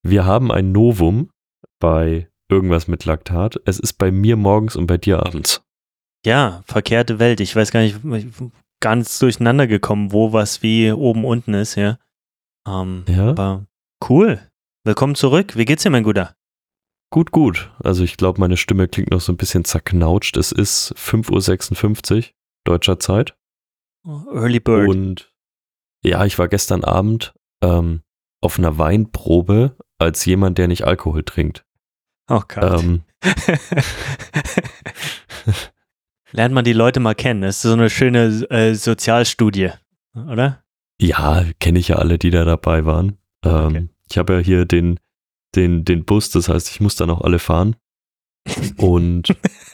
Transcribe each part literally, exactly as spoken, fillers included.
Wir haben ein Novum bei irgendwas mit Laktat. Es ist bei mir morgens und bei dir abends. Ja, verkehrte Welt. Ich weiß gar nicht, ganz durcheinander gekommen, wo was wie oben unten ist, ja. Ähm, Ja. Aber cool. Willkommen zurück. Wie geht's dir, mein Guter? Gut, gut. Also ich glaube, meine Stimme klingt noch so ein bisschen zerknautscht. Es ist fünf Uhr sechsundfünfzig deutscher Zeit. Early Bird. Und ja, ich war gestern Abend ähm, auf einer Weinprobe als jemand, der nicht Alkohol trinkt. Oh Gott. Ähm, Lernt man die Leute mal kennen. Das ist so eine schöne äh, Sozialstudie, oder? ja, kenne ich ja alle, die da dabei waren. Ähm, Okay. Ich habe ja hier den, den, den Bus, das heißt, ich muss dann auch alle fahren. Und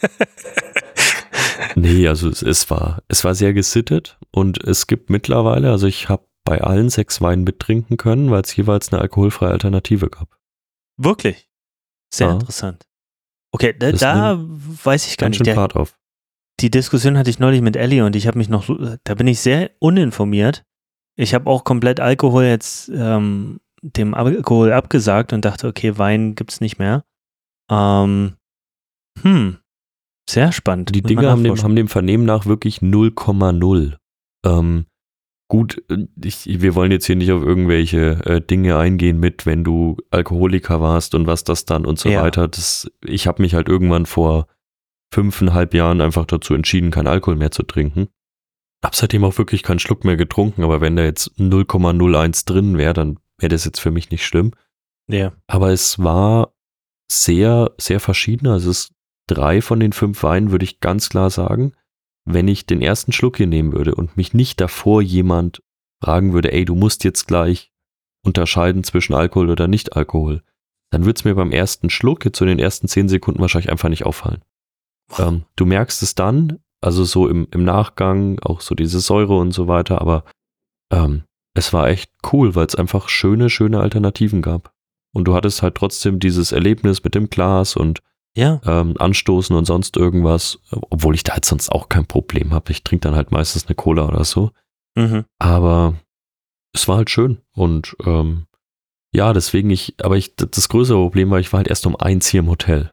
nee, also es, es war, es war sehr gesittet und es gibt mittlerweile, also ich habe bei allen sechs Weinen mittrinken können, weil es jeweils eine alkoholfreie Alternative gab. Wirklich? Sehr Ja. interessant. Okay, da, Das da weiß ich gar Ganz nicht. schön Der, Fahrt auf. die Diskussion hatte ich neulich mit Ellie und ich habe mich noch, so- da bin ich sehr uninformiert. Ich habe auch komplett Alkohol jetzt ähm, dem Alkohol abgesagt und dachte, okay, Wein gibt's nicht mehr. Ähm, hm, sehr spannend. Die Muss man Dinge haben dem, nachforschen. haben dem Vernehmen nach wirklich null Komma null. Ähm, gut, äh, ich, wir wollen jetzt hier nicht auf irgendwelche äh, Dinge eingehen mit, wenn du Alkoholiker warst und was das dann und so Ja. weiter. Das, ich habe mich halt irgendwann vor fünfeinhalb Jahren einfach dazu entschieden, keinen Alkohol mehr zu trinken. Hab seitdem auch wirklich keinen Schluck mehr getrunken, aber wenn da jetzt null Komma null eins drin wäre, dann wäre das jetzt für mich nicht schlimm. Ja. Aber es war sehr, sehr verschieden. Also es ist drei von den fünf Weinen, würde ich ganz klar sagen. Wenn ich den ersten Schluck hier nehmen würde und mich nicht davor jemand fragen würde, ey, du musst jetzt gleich unterscheiden zwischen Alkohol oder Nicht-Alkohol, dann würde es mir beim ersten Schluck, jetzt so in den ersten zehn Sekunden wahrscheinlich einfach nicht auffallen. Ähm, du merkst es dann, also so im, im Nachgang, auch so diese Säure und so weiter, aber ähm, es war echt cool, weil es einfach schöne, schöne Alternativen gab. Und du hattest halt trotzdem dieses Erlebnis mit dem Glas und Ja. ähm, Anstoßen und sonst irgendwas, obwohl ich da halt sonst auch kein Problem habe. Ich trinke dann halt meistens eine Cola oder so. Mhm. Aber es war halt schön. Und ähm, ja, deswegen ich, aber ich, das größere Problem war, ich war halt erst um eins hier im Hotel.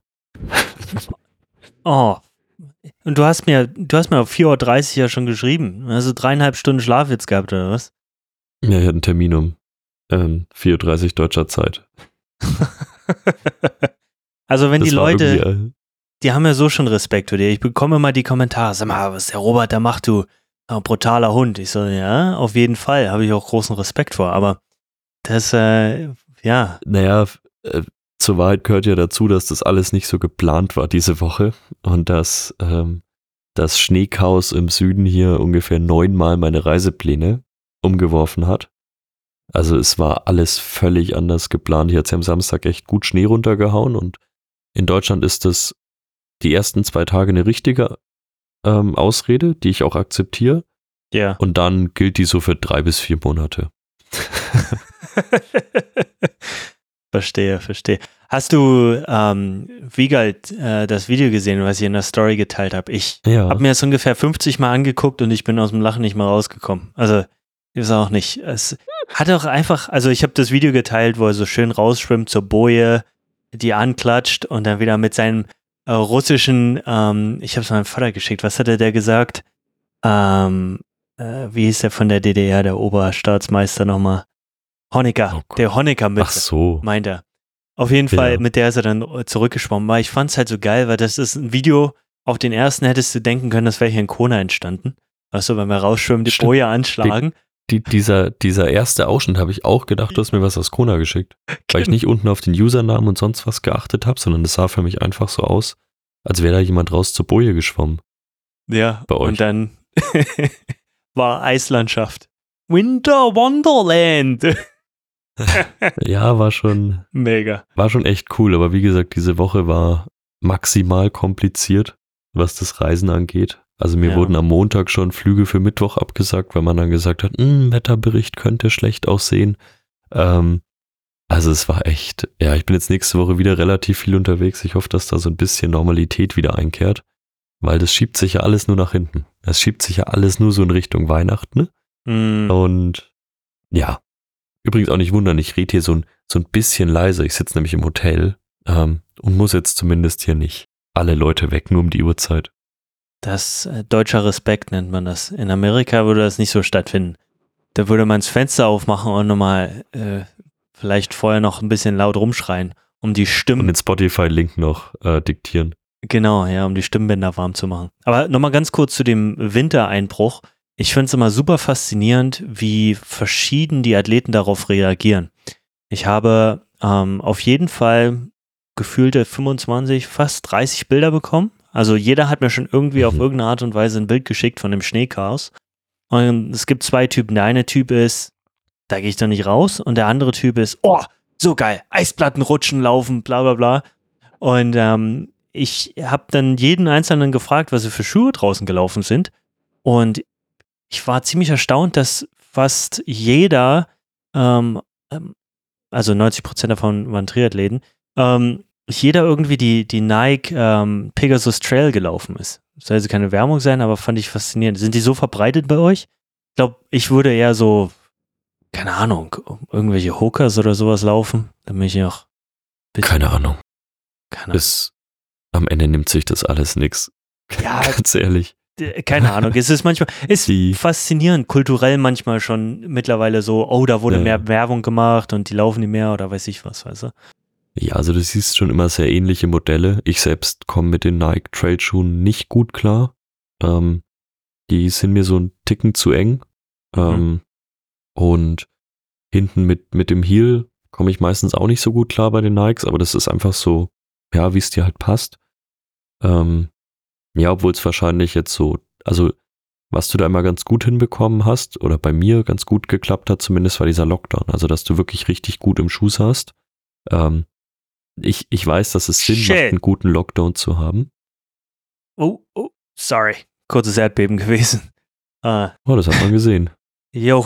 Oh. Und du hast mir, du hast mir auf vier Uhr dreißig ja schon geschrieben. Also dreieinhalb Stunden Schlaf jetzt gehabt, oder was? Ja, ich hatte einen Termin um ähm, vier Uhr dreißig deutscher Zeit. Also wenn Das die war Leute, irgendwie, äh, die haben ja so schon Respekt vor dir. Ich bekomme immer die Kommentare, sag mal, was der Robert da macht, du oh, brutaler Hund. Ich so, ja, auf jeden Fall, habe ich auch großen Respekt vor. Aber das, äh, ja, Naja, äh, zur Wahrheit gehört ja dazu, dass das alles nicht so geplant war diese Woche und dass ähm, das Schneechaos im Süden hier ungefähr neunmal meine Reisepläne umgeworfen hat. Also es war alles völlig anders geplant. Hier hat es ja am Samstag echt gut Schnee runtergehauen und in Deutschland ist das die ersten zwei Tage eine richtige ähm, Ausrede, die ich auch akzeptiere ja. und dann gilt die so für drei bis vier Monate. Verstehe, verstehe. Hast du, ähm, Wiegald, äh, das Video gesehen, was ich in der Story geteilt habe? Ich Ja. habe mir das ungefähr fünfzig Mal angeguckt und ich bin aus dem Lachen nicht mehr rausgekommen. Also, ich weiß auch nicht. Es hat auch einfach, also ich habe das Video geteilt, wo er so schön rausschwimmt zur Boje, die anklatscht und dann wieder mit seinem äh, russischen, ähm, ich habe es meinem Vater geschickt, was hat er der gesagt? Ähm, äh, wie hieß der von der D D R, der Oberstaatsmeister nochmal? Honecker, Oh Gott. der Honecker-Mütze, Ach so. meint er. Auf jeden Fall, Ja. mit der ist er dann zurückgeschwommen. Aber ich fand es halt so geil, weil das ist ein Video, auf den ersten hättest du denken können, das wäre hier in Kona entstanden. Weißt du, wenn wir rausschwimmen, die Stimmt. Boje anschlagen. Die, dieser, dieser erste Ausschnitt habe ich auch gedacht, du hast mir was aus Kona geschickt. Weil ich nicht unten auf den Usernamen und sonst was geachtet habe, sondern es sah für mich einfach so aus, als wäre da jemand raus zur Boje geschwommen. Ja, Bei euch. und dann war Eislandschaft. Winter Wonderland. Ja, war schon, Mega. war schon echt cool. Aber wie gesagt, diese Woche war maximal kompliziert, was das Reisen angeht. Also mir Ja. wurden am Montag schon Flüge für Mittwoch abgesagt, weil man dann gesagt hat, "Hm, Wetterbericht könnte schlecht aussehen." Ähm, also es war echt, ja, ich bin jetzt nächste Woche wieder relativ viel unterwegs. Ich hoffe, dass da so ein bisschen Normalität wieder einkehrt, weil das schiebt sich ja alles nur nach hinten. Das schiebt sich ja alles nur so in Richtung Weihnachten, ne? Mm, Und ja, übrigens auch nicht wundern, ich rede hier so ein, so ein bisschen leiser. Ich sitze nämlich im Hotel ähm, und muss jetzt zumindest hier nicht alle Leute wecken um die Uhrzeit. Das äh, deutscher Respekt nennt man das. In Amerika würde das nicht so stattfinden. Da würde man das Fenster aufmachen und nochmal äh, vielleicht vorher noch ein bisschen laut rumschreien, um die Stimmen... Und den Spotify-Link noch äh, diktieren. Genau, ja, um die Stimmbänder warm zu machen. Aber nochmal ganz kurz zu dem Wintereinbruch. Ich finde es immer super faszinierend, wie verschieden die Athleten darauf reagieren. Ich habe ähm, auf jeden Fall gefühlte fünfundzwanzig, fast dreißig Bilder bekommen. Also jeder hat mir schon irgendwie auf irgendeine Art und Weise ein Bild geschickt von dem Schneechaos. Und es gibt zwei Typen. Der eine Typ ist, da gehe ich doch nicht raus. Und der andere Typ ist, oh, so geil, Eisplatten rutschen, laufen, bla bla bla. Und ähm, ich habe dann jeden Einzelnen gefragt, was sie für Schuhe draußen gelaufen sind. Und ich war ziemlich erstaunt, dass fast jeder, ähm, also neunzig Prozent davon waren Triathleten, ähm, jeder irgendwie die, die Nike ähm, Pegasus Trail gelaufen ist. Soll also keine Werbung sein, aber fand ich faszinierend. Sind die so verbreitet bei euch? Ich glaube, ich würde eher so, keine Ahnung, irgendwelche Hokers oder sowas laufen. Da bin ich auch. Keine Ahnung. Keine Ahnung. Bis am Ende nimmt sich das alles nix. Ja, ganz ehrlich. Keine Ahnung. Es ist manchmal, ist die, faszinierend, kulturell manchmal schon mittlerweile so, oh, da wurde ja. mehr Werbung gemacht und die laufen nicht mehr oder weiß ich was, weißt du? Ja, also du siehst schon immer sehr ähnliche Modelle. Ich selbst komme mit den Nike Trailschuhen nicht gut klar. Ähm, die sind mir so ein Ticken zu eng. Ähm, mhm. Und hinten mit, mit dem Heel komme ich meistens auch nicht so gut klar bei den Nikes, aber das ist einfach so, ja, wie es dir halt passt. Ähm, ja, obwohl es wahrscheinlich jetzt so, also was du da immer ganz gut hinbekommen hast, oder bei mir ganz gut geklappt hat, zumindest war dieser Lockdown. Also, dass du wirklich richtig gut im Schuss hast. Ähm, Ich, ich weiß, dass es Sinn Shit. macht, einen guten Lockdown zu haben. Oh, oh, sorry. Kurzes Erdbeben gewesen. Ah. Oh, das hat man gesehen. Jo.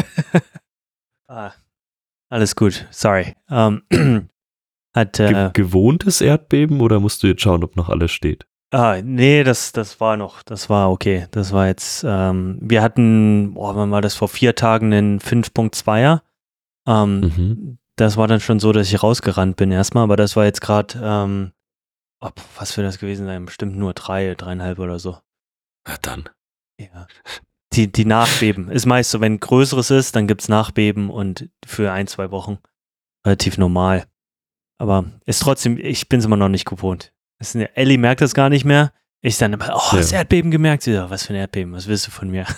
ah. Alles gut, sorry. Um, hat, äh, Ge- gewohntes Erdbeben oder musst du jetzt schauen, ob noch alles steht? Ah, nee, das, das war noch, das war okay. Das war jetzt, ähm, wir hatten, boah, wann war das, vor vier Tagen einen fünf Komma zweier. Ähm, mhm. Das war dann schon so, dass ich rausgerannt bin erstmal, aber das war jetzt gerade, ähm, oh, was für das gewesen sein? Bestimmt nur drei, dreieinhalb oder so. Na dann. Ja. Die, die Nachbeben. Ist meist so, wenn größeres ist, dann gibt's Nachbeben und für ein, zwei Wochen relativ normal. Aber ist trotzdem, ich bin es immer noch nicht gewohnt. Ist eine, Ellie merkt das gar nicht mehr. Ich dann immer, oh, das ja. Erdbeben gemerkt. Sie so, was für ein Erdbeben, was willst du von mir?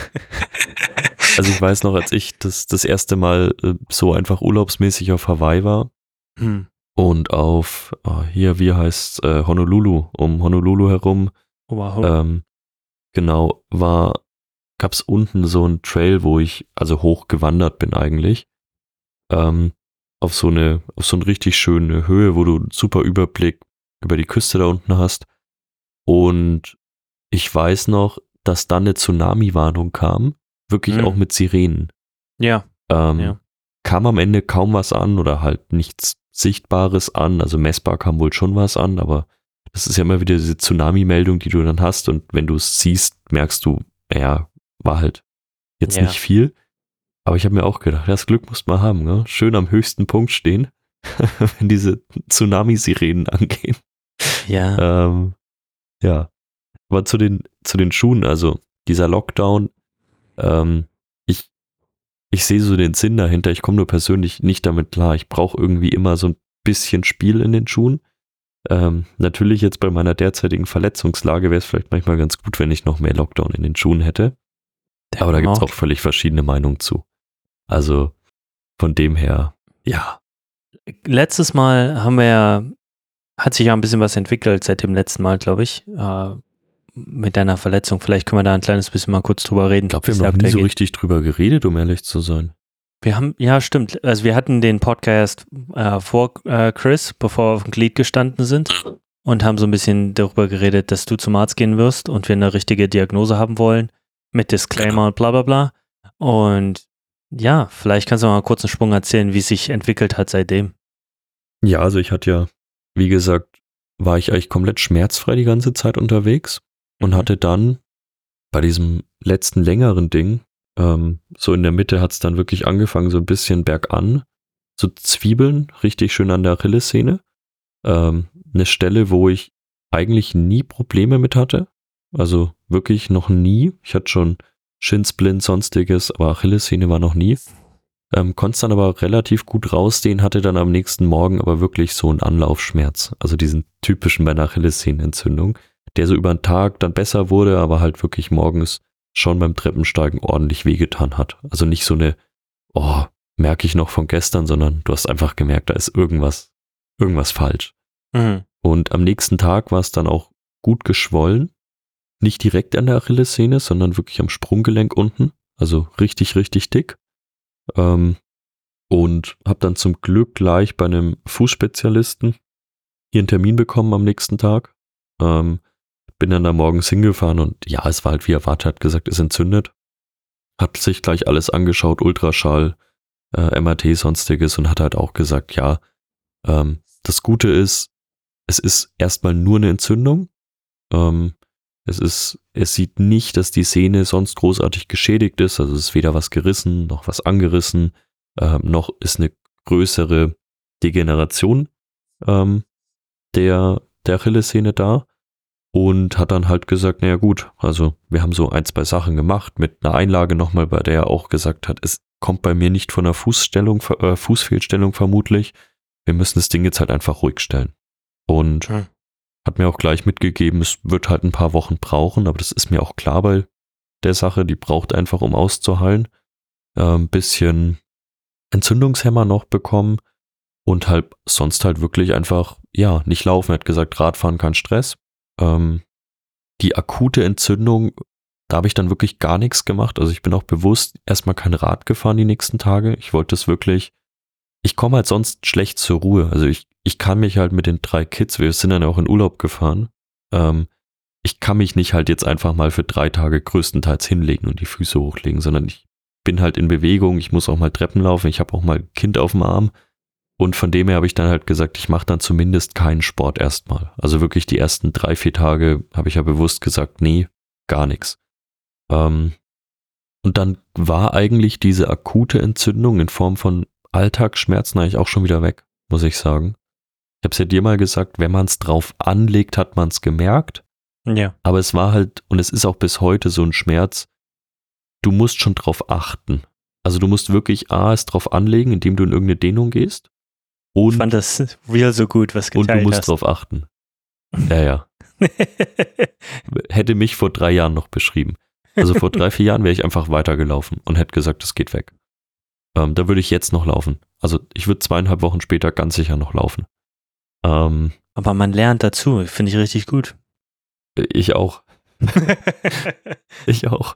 Also ich weiß noch, als ich das, das erste Mal äh, so einfach urlaubsmäßig auf Hawaii war hm. und auf, oh, hier, wie heißt äh, Honolulu, um Honolulu herum, wow. ähm, genau, war, gab es unten so einen Trail, wo ich also hoch gewandert bin eigentlich, ähm, auf so eine, auf so eine richtig schöne Höhe, wo du einen super Überblick über die Küste da unten hast. Und ich weiß noch, dass dann eine Tsunami-Warnung kam, wirklich mhm. auch mit Sirenen. Ja. Ähm, ja. Kam am Ende kaum was an oder halt nichts Sichtbares an, also messbar kam wohl schon was an, aber das ist ja immer wieder diese Tsunami-Meldung, die du dann hast und wenn du es siehst, merkst du, ja, war halt jetzt ja. nicht viel. Aber ich habe mir auch gedacht, das Glück musst man haben, ne? Schön am höchsten Punkt stehen, wenn diese Tsunami-Sirenen angehen. Ja. Ähm, ja. Aber zu den, zu den Schuhen, also dieser Lockdown, ähm, ich, ich sehe so den Sinn dahinter. Ich komme nur persönlich nicht damit klar. Ich brauche irgendwie immer so ein bisschen Spiel in den Schuhen. Ähm, natürlich jetzt bei meiner derzeitigen Verletzungslage wäre es vielleicht manchmal ganz gut, wenn ich noch mehr Lockdown in den Schuhen hätte. Der Aber da gibt es auch völlig verschiedene Meinungen zu. Also von dem her, ja. Letztes Mal haben wir ja, hat sich ja ein bisschen was entwickelt seit dem letzten Mal, glaube ich, äh, mit deiner Verletzung. Vielleicht können wir da ein kleines bisschen mal kurz drüber reden. Ich glaube, wir haben noch nie so richtig drüber geredet, um ehrlich zu sein. Wir haben, ja stimmt, also wir hatten den Podcast äh, vor äh, Chris, bevor wir auf dem Glied gestanden sind und haben so ein bisschen darüber geredet, dass du zum Arzt gehen wirst und wir eine richtige Diagnose haben wollen mit Disclaimer genau. und bla bla bla. Und ja, vielleicht kannst du mal kurz einen Sprung erzählen, wie es sich entwickelt hat seitdem. Ja, also ich hatte ja, wie gesagt, war ich eigentlich komplett schmerzfrei die ganze Zeit unterwegs und hatte dann bei diesem letzten längeren Ding Ähm, so in der Mitte hat es dann wirklich angefangen, so ein bisschen bergan zu zwiebeln, richtig schön an der Achillessehne. Ähm, eine Stelle, wo ich eigentlich nie Probleme mit hatte. Also wirklich noch nie. Ich hatte schon Schinsplint, sonstiges, aber Achillessehne war noch nie. Ähm, konnte es dann aber relativ gut rausdehnen, hatte dann am nächsten Morgen aber wirklich so einen Anlaufschmerz. Also diesen typischen bei einer Achillessehnenentzündung, der so über den Tag dann besser wurde, aber halt wirklich morgens schon beim Treppensteigen ordentlich wehgetan hat. Also nicht so eine, oh, merke ich noch von gestern, sondern du hast einfach gemerkt, da ist irgendwas, irgendwas falsch. Mhm. Und am nächsten Tag war es dann auch gut geschwollen. Nicht direkt an der Achillessehne, sondern wirklich am Sprunggelenk unten. Also richtig, richtig dick. Ähm, und habe dann zum Glück gleich bei einem Fußspezialisten hier einen Termin bekommen am nächsten Tag. Ähm, bin dann da morgens hingefahren und ja, es war halt wie erwartet, hat gesagt, ist entzündet. Hat sich gleich alles angeschaut, Ultraschall, äh, M R T, sonstiges und hat halt auch gesagt, ja, ähm, das Gute ist, es ist erstmal nur eine Entzündung. Ähm, es ist, es sieht nicht, dass die Sehne sonst großartig geschädigt ist, also es ist weder was gerissen, noch was angerissen, ähm, noch ist eine größere Degeneration ähm, der, der Achillessehne da. Und hat dann halt gesagt, naja gut, also wir haben so ein, zwei Sachen gemacht mit einer Einlage nochmal, bei der er auch gesagt hat, es kommt bei mir nicht von einer Fußstellung, äh, Fußfehlstellung vermutlich. Wir müssen das Ding jetzt halt einfach ruhig stellen. Und Hm. hat mir auch gleich mitgegeben, es wird halt ein paar Wochen brauchen, aber das ist mir auch klar bei der Sache, die braucht einfach, um auszuheilen. Äh, ein bisschen Entzündungshemmer noch bekommen und halt sonst halt wirklich einfach, ja, nicht laufen. Er hat gesagt, Radfahren kein Stress. Ähm, die akute Entzündung, da habe ich dann wirklich gar nichts gemacht. Also ich bin auch bewusst erstmal kein Rad gefahren die nächsten Tage. Ich wollte es wirklich, ich komme halt sonst schlecht zur Ruhe. Also ich, ich kann mich halt mit den drei Kids, wir sind dann auch in Urlaub gefahren, ähm, ich kann mich nicht halt jetzt einfach mal für drei Tage größtenteils hinlegen und die Füße hochlegen, sondern ich bin halt in Bewegung, ich muss auch mal Treppen laufen, ich habe auch mal ein Kind auf dem Arm. Und von dem her habe ich dann halt gesagt, ich mache dann zumindest keinen Sport erstmal. Also wirklich die ersten drei, vier Tage habe ich ja bewusst gesagt, nee, gar nichts. Ähm, und dann war eigentlich diese akute Entzündung in Form von Alltagsschmerzen eigentlich auch schon wieder weg, muss ich sagen. Ich habe es ja dir mal gesagt, wenn man es drauf anlegt, hat man es gemerkt. Ja. Aber es war halt, und es ist auch bis heute so ein Schmerz, du musst schon drauf achten. Also du musst wirklich A, es drauf anlegen, indem du in irgendeine Dehnung gehst. Und, ich fand das real so gut, was geteilt und du musst hast. drauf achten. Ja, ja. Hätte mich vor drei Jahren noch beschrieben. Also vor drei, vier Jahren wäre ich einfach weitergelaufen und hätte gesagt, es geht weg. Ähm, da würde ich jetzt noch laufen. Also ich würde zweieinhalb Wochen später ganz sicher noch laufen. Ähm, Aber man lernt dazu, finde ich richtig gut. ich auch. Ich auch.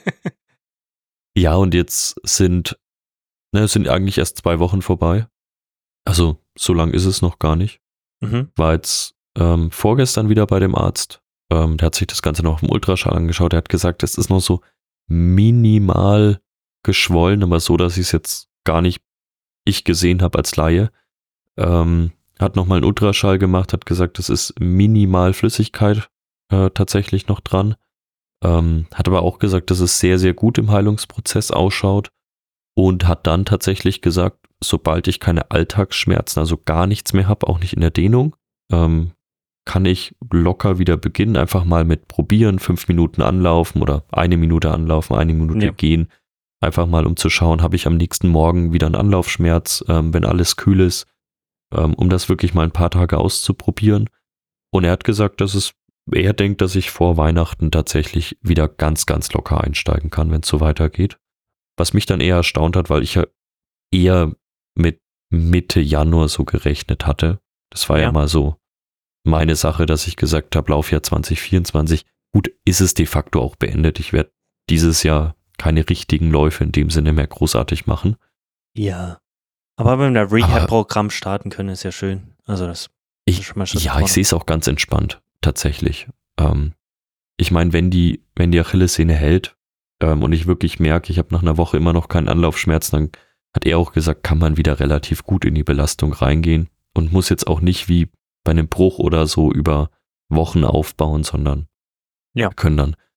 Ja, und jetzt sind, ne, es sind eigentlich erst zwei Wochen vorbei. Also so lang ist es noch gar nicht. Mhm. War jetzt ähm, vorgestern wieder bei dem Arzt. Ähm, der hat sich das Ganze noch auf dem Ultraschall angeschaut. Er hat gesagt, es ist noch so minimal geschwollen, aber so, dass ich es jetzt gar nicht ich gesehen habe als Laie. Ähm, hat nochmal einen Ultraschall gemacht, hat gesagt, es ist minimal Flüssigkeit äh, tatsächlich noch dran. Ähm, hat aber auch gesagt, dass es sehr, sehr gut im Heilungsprozess ausschaut und hat dann tatsächlich gesagt, sobald ich keine Alltagsschmerzen, also gar nichts mehr habe, auch nicht in der Dehnung, ähm, kann ich locker wieder beginnen, einfach mal mit probieren, fünf Minuten anlaufen oder eine Minute anlaufen, eine Minute Ja. gehen, einfach mal um zu schauen, habe ich am nächsten Morgen wieder einen Anlaufschmerz, ähm, wenn alles kühl ist, ähm, um das wirklich mal ein paar Tage auszuprobieren. Und er hat gesagt, dass es, er denkt, dass ich vor Weihnachten tatsächlich wieder ganz, ganz locker einsteigen kann, wenn es so weitergeht. Was mich dann eher erstaunt hat, weil ich ja eher mit Mitte Januar so gerechnet hatte. Das war ja, Ja. mal so meine Sache, dass ich gesagt habe, Laufjahr zwanzig vierundzwanzig. Gut, ist es de facto auch beendet. Ich werde dieses Jahr keine richtigen Läufe in dem Sinne mehr großartig machen. Ja. Aber wenn wir ein Rehab-Programm starten können, ist ja schön. Also das Ich, ist schon mal Schritt ja, vorne. ich sehe es auch ganz entspannt, tatsächlich. Ähm, ich meine, wenn die, wenn die Achillessehne hält ähm, und ich wirklich merke, ich habe nach einer Woche immer noch keinen Anlaufschmerz, dann hat er auch gesagt, kann man wieder relativ gut in die Belastung reingehen und muss jetzt auch nicht wie bei einem Bruch oder so über Wochen aufbauen, sondern Ja. wir können dann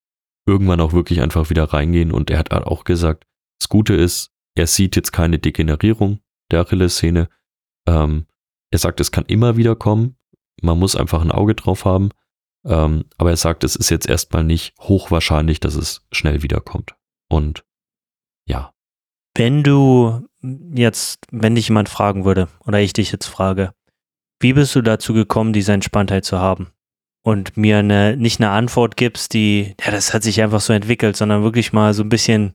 irgendwann auch wirklich einfach wieder reingehen. Und er hat auch gesagt, das Gute ist, er sieht jetzt keine Degenerierung der Achillessehne. Ähm, er sagt, es kann immer wieder kommen. Man muss einfach ein Auge drauf haben. Ähm, aber er sagt, es ist jetzt erstmal nicht hochwahrscheinlich, dass es schnell wiederkommt. Und ja. Wenn du jetzt, wenn dich jemand fragen würde, oder ich dich jetzt frage, wie bist du dazu gekommen, diese Entspanntheit zu haben? Und mir eine, nicht eine Antwort gibst, die, ja, das hat sich einfach so entwickelt, sondern wirklich mal so ein bisschen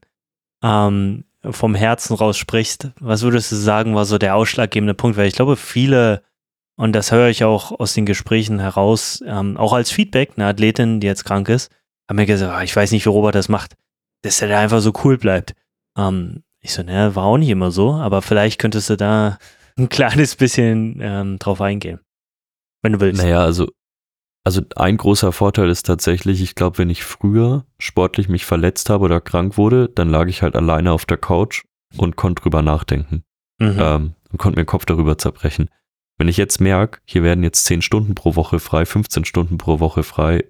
ähm, vom Herzen raus sprichst. Was würdest du sagen, war so der ausschlaggebende Punkt? Weil ich glaube, viele, und das höre ich auch aus den Gesprächen heraus, ähm, auch als Feedback, eine Athletin, die jetzt krank ist, haben mir gesagt, ah, ich weiß nicht, wie Robert das macht, dass er da einfach so cool bleibt. Ähm, ich so, naja, war auch nicht immer so, aber vielleicht könntest du da ein kleines bisschen ähm, drauf eingehen, wenn du willst. Naja, also, also ein großer Vorteil ist tatsächlich, ich glaube, wenn ich früher sportlich mich verletzt habe oder krank wurde, dann lag ich halt alleine auf der Couch und konnte drüber nachdenken Mhm. ähm, und konnte mir den Kopf darüber zerbrechen. Wenn ich jetzt merke, hier werden jetzt zehn Stunden pro Woche frei, fünfzehn Stunden pro Woche frei,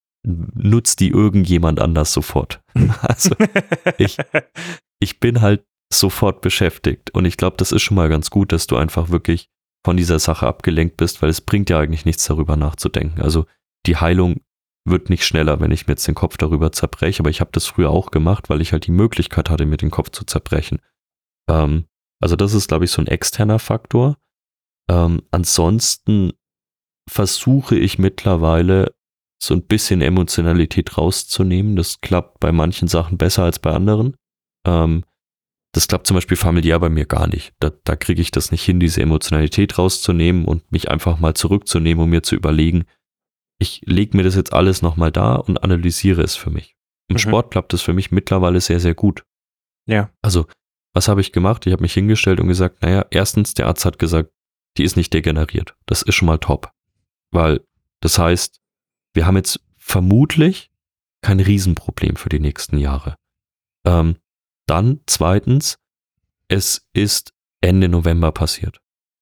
nutzt die irgendjemand anders sofort. Also ich, ich bin halt sofort beschäftigt und ich glaube, das ist schon mal ganz gut, dass du einfach wirklich von dieser Sache abgelenkt bist, weil es bringt ja eigentlich nichts, darüber nachzudenken. Also die Heilung wird nicht schneller, wenn ich mir jetzt den Kopf darüber zerbreche, aber ich habe das früher auch gemacht, weil ich halt die Möglichkeit hatte, mir den Kopf zu zerbrechen. Ähm, also das ist, glaube ich, so ein externer Faktor. Ähm, ansonsten versuche ich mittlerweile so ein bisschen Emotionalität rauszunehmen. Das klappt bei manchen Sachen besser als bei anderen. Ähm, das klappt zum Beispiel familiär bei mir gar nicht. Da, da kriege ich das nicht hin, diese Emotionalität rauszunehmen und mich einfach mal zurückzunehmen, um mir zu überlegen, ich lege mir das jetzt alles nochmal da und analysiere es für mich. Im Mhm. Sport klappt das für mich mittlerweile sehr, sehr gut. Ja. Also, was habe ich gemacht? Ich habe mich hingestellt und gesagt, naja, erstens, der Arzt hat gesagt, die ist nicht degeneriert. Das ist schon mal top. Weil das heißt, wir haben jetzt vermutlich kein Riesenproblem für die nächsten Jahre. Ähm, dann zweitens, es ist Ende November passiert.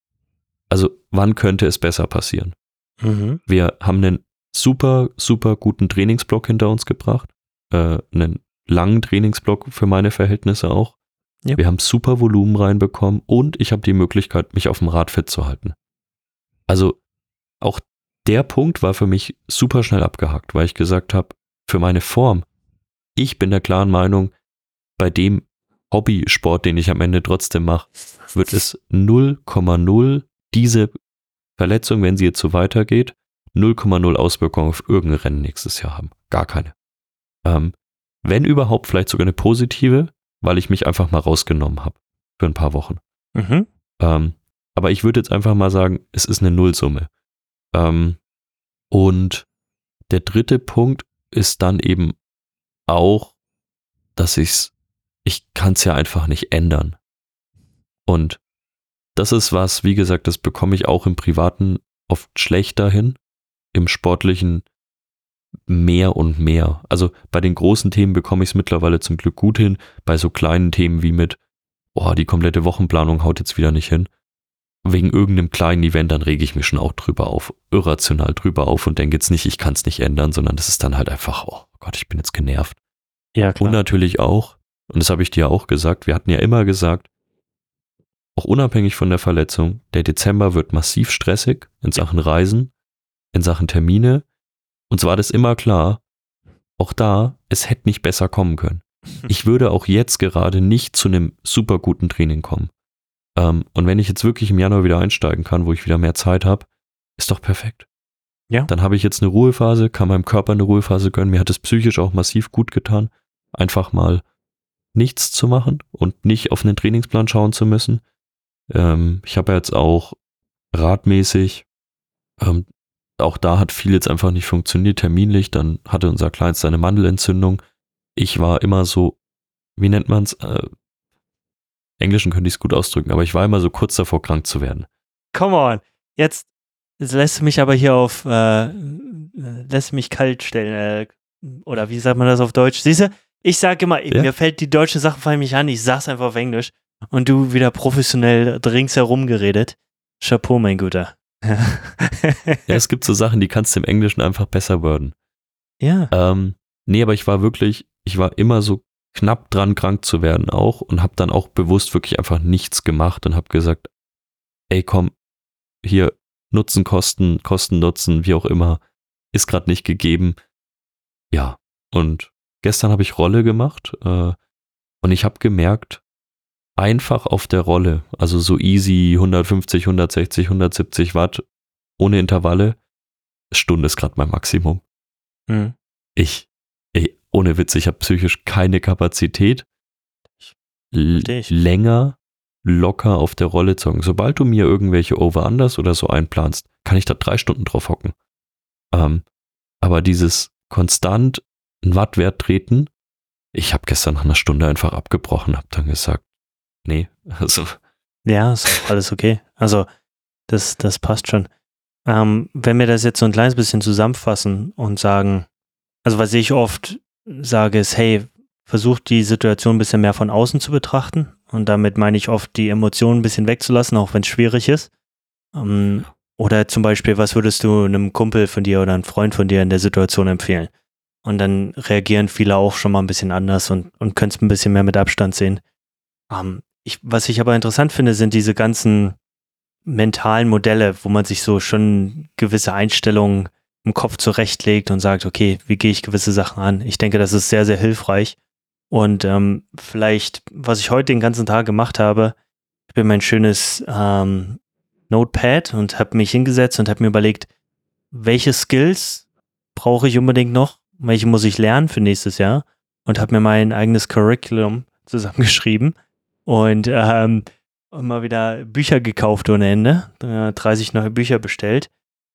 Also wann könnte es besser passieren? Mhm. Wir haben einen super, super guten Trainingsblock hinter uns gebracht. Äh, einen langen Trainingsblock für meine Verhältnisse auch. Ja. Wir haben super Volumen reinbekommen und ich habe die Möglichkeit, mich auf dem Rad fit zu halten. Also auch der Punkt war für mich super schnell abgehakt, weil ich gesagt habe, für meine Form, ich bin der klaren Meinung, bei dem Hobbysport, den ich am Ende trotzdem mache, wird es null Komma null diese Verletzung, wenn sie jetzt so weitergeht, null Komma null Auswirkungen auf irgendein Rennen nächstes Jahr haben. Gar keine. Ähm, wenn überhaupt, vielleicht sogar eine positive, weil ich mich einfach mal rausgenommen habe für ein paar Wochen. Mhm. Ähm, aber ich würde jetzt einfach mal sagen, es ist eine Nullsumme. Ähm, und der dritte Punkt ist dann eben auch, dass ich's, ich kann es ja einfach nicht ändern. Und das ist was, wie gesagt, das bekomme ich auch im Privaten oft schlechter hin, im Sportlichen mehr und mehr. Also bei den großen Themen bekomme ich es mittlerweile zum Glück gut hin, bei so kleinen Themen wie mit, oh, die komplette Wochenplanung haut jetzt wieder nicht hin. Wegen irgendeinem kleinen Event, dann rege ich mich schon auch drüber auf, irrational drüber auf und denke jetzt nicht, ich kann es nicht ändern, sondern das ist dann halt einfach, oh Gott, ich bin jetzt genervt. Ja, klar. Und natürlich auch, und das habe ich dir auch gesagt, wir hatten ja immer gesagt, auch unabhängig von der Verletzung, der Dezember wird massiv stressig in Sachen Reisen, in Sachen Termine. Und zwar war das immer klar, auch da, es hätte nicht besser kommen können. Ich würde auch jetzt gerade nicht zu einem super guten Training kommen. Ähm, und wenn ich jetzt wirklich im Januar wieder einsteigen kann, wo ich wieder mehr Zeit habe, ist doch perfekt. Ja. Dann habe ich jetzt eine Ruhephase, kann meinem Körper eine Ruhephase gönnen. Mir hat es psychisch auch massiv gut getan, einfach mal nichts zu machen und nicht auf einen Trainingsplan schauen zu müssen. Ähm, ich habe jetzt auch radmäßig, ähm, auch da hat viel jetzt einfach nicht funktioniert, terminlich. Dann hatte unser Kleinster eine Mandelentzündung. Ich war immer so, wie nennt man es? Äh, Englischen könnte ich es gut ausdrücken, aber ich war immer so kurz davor, krank zu werden. Come on. Jetzt, jetzt lässt du mich aber hier auf, äh, lässt mich kalt stellen. Äh, oder wie sagt man das auf Deutsch? Siehst du, ich sage immer, Ja. mir fällt die deutsche Sache fallen mich an, ich sag's einfach auf Englisch. Und du wieder professionell ringsherum geredet. Chapeau, mein Guter. Ja, es gibt so Sachen, die kannst du im Englischen einfach besser worden. Ja. Ähm, nee, aber ich war wirklich, ich war immer so knapp dran, krank zu werden auch und habe dann auch bewusst wirklich einfach nichts gemacht und habe gesagt, ey komm, hier Nutzen, Kosten, Kosten, Nutzen, wie auch immer, ist gerade nicht gegeben. Ja, und gestern habe ich Rolle gemacht äh, und ich habe gemerkt, einfach auf der Rolle, also so easy hundertfünfzig, hundertsechzig, hundertsiebzig Watt, ohne Intervalle, Stunde ist gerade mein Maximum. Mhm. Ich, ey, ohne Witz, ich habe psychisch keine Kapazität, l- ich. länger locker auf der Rolle zocken. Sobald du mir irgendwelche Over-Unders oder so einplanst, kann ich da drei Stunden drauf hocken. Ähm, aber dieses konstant einen Wattwert treten, ich habe gestern nach einer Stunde einfach abgebrochen, habe dann gesagt, nee, also. Ja, ist auch alles okay. Also das, das passt schon. Ähm, wenn wir das jetzt so ein kleines bisschen zusammenfassen und sagen, also was ich oft sage ist, hey, versucht die Situation ein bisschen mehr von außen zu betrachten und damit meine ich oft die Emotionen ein bisschen wegzulassen, auch wenn es schwierig ist. Ähm, oder zum Beispiel, was würdest du einem Kumpel von dir oder einem Freund von dir in der Situation empfehlen? Und dann reagieren viele auch schon mal ein bisschen anders und, und können es ein bisschen mehr mit Abstand sehen. Ähm, ich, was ich aber interessant finde, sind diese ganzen mentalen Modelle, wo man sich so schon gewisse Einstellungen im Kopf zurechtlegt und sagt, okay, wie gehe ich gewisse Sachen an? Ich denke, das ist sehr, sehr hilfreich. Und ähm, vielleicht, was ich heute den ganzen Tag gemacht habe, ich habe mein schönes ähm, Notepad und habe mich hingesetzt und habe mir überlegt, welche Skills brauche ich unbedingt noch? Welche muss ich lernen für nächstes Jahr? Und habe mir mein eigenes Curriculum zusammengeschrieben und ähm, immer wieder Bücher gekauft ohne Ende, dreißig neue Bücher bestellt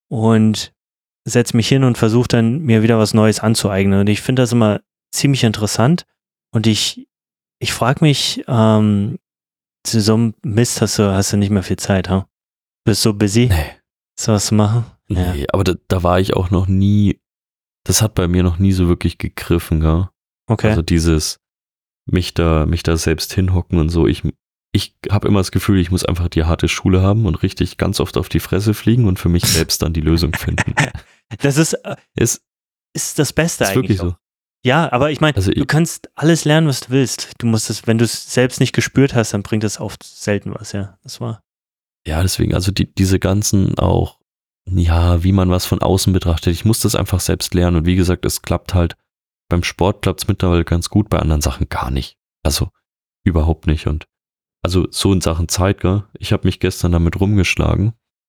und setze mich hin und versuche dann, mir wieder was Neues anzueignen. Und ich finde das immer ziemlich interessant und ich, ich frage mich, ähm, zu so einem Mist hast du, hast du nicht mehr viel Zeit, ha? Bist so busy, Nee. so was zu machen? Nee, ja. aber da, da war ich auch noch nie, das hat bei mir noch nie so wirklich gegriffen, gell? Okay. Also dieses, mich da, mich da selbst hinhocken und so, ich, ich habe immer das Gefühl, ich muss einfach die harte Schule haben und richtig ganz oft auf die Fresse fliegen und für mich selbst dann die Lösung finden. Das ist, äh, ist, ist das Beste ist eigentlich. wirklich Auch. so. Ja, aber ich meine, Also du ich- kannst alles lernen, was du willst. Du musst es, wenn du es selbst nicht gespürt hast, dann bringt das oft selten was, ja. Das war. Ja, deswegen, also die, diese ganzen auch, ja, wie man was von außen betrachtet, ich muss das einfach selbst lernen und wie gesagt, es klappt halt, beim Sport klappt es mittlerweile ganz gut, bei anderen Sachen gar nicht. Also überhaupt nicht und also so in Sachen Zeit, gell? Ich habe mich gestern damit rumgeschlagen,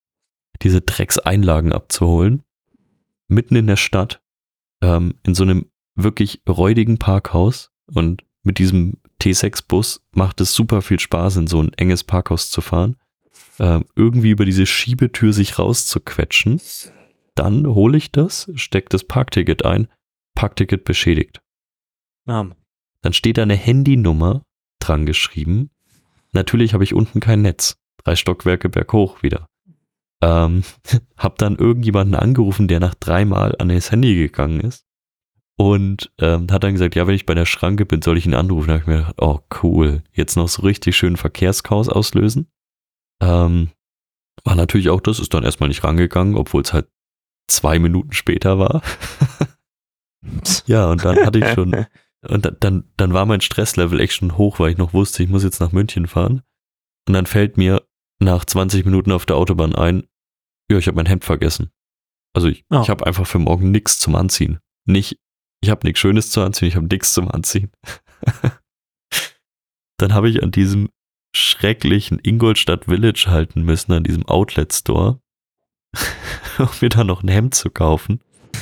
diese Dreckseinlagen abzuholen, mitten in der Stadt, ähm, in so einem wirklich räudigen Parkhaus und mit diesem T sechs Bus macht es super viel Spaß, in so ein enges Parkhaus zu fahren, ähm, irgendwie über diese Schiebetür sich rauszuquetschen, dann hole ich das, stecke das Parkticket ein, Parkticket beschädigt. Ah, Dann steht da eine Handynummer dran geschrieben. Natürlich habe ich unten kein Netz. Drei Stockwerke berghoch wieder. Ähm, hab dann irgendjemanden angerufen, der nach dreimal an das Handy gegangen ist. Und ähm, hat dann gesagt, ja, wenn ich bei der Schranke bin, soll ich ihn anrufen. Da habe ich mir gedacht, oh cool, jetzt noch so richtig schön Verkehrschaos auslösen. Ähm, war natürlich auch das, ist dann erstmal nicht rangegangen, obwohl es halt zwei Minuten später war. Ja, und dann hatte ich schon, und dann, dann, dann war mein Stresslevel echt schon hoch, weil ich noch wusste, ich muss jetzt nach München fahren. Und dann fällt mir nach zwanzig Minuten auf der Autobahn ein, ja, ich habe mein Hemd vergessen. Also ich, Oh. ich habe einfach für morgen nichts zum Anziehen. Nicht, ich habe nichts Schönes zu anziehen, ich habe nichts zum Anziehen. Dann habe ich an diesem schrecklichen Ingolstadt Village halten müssen, an diesem Outlet Store, um mir da noch ein Hemd zu kaufen.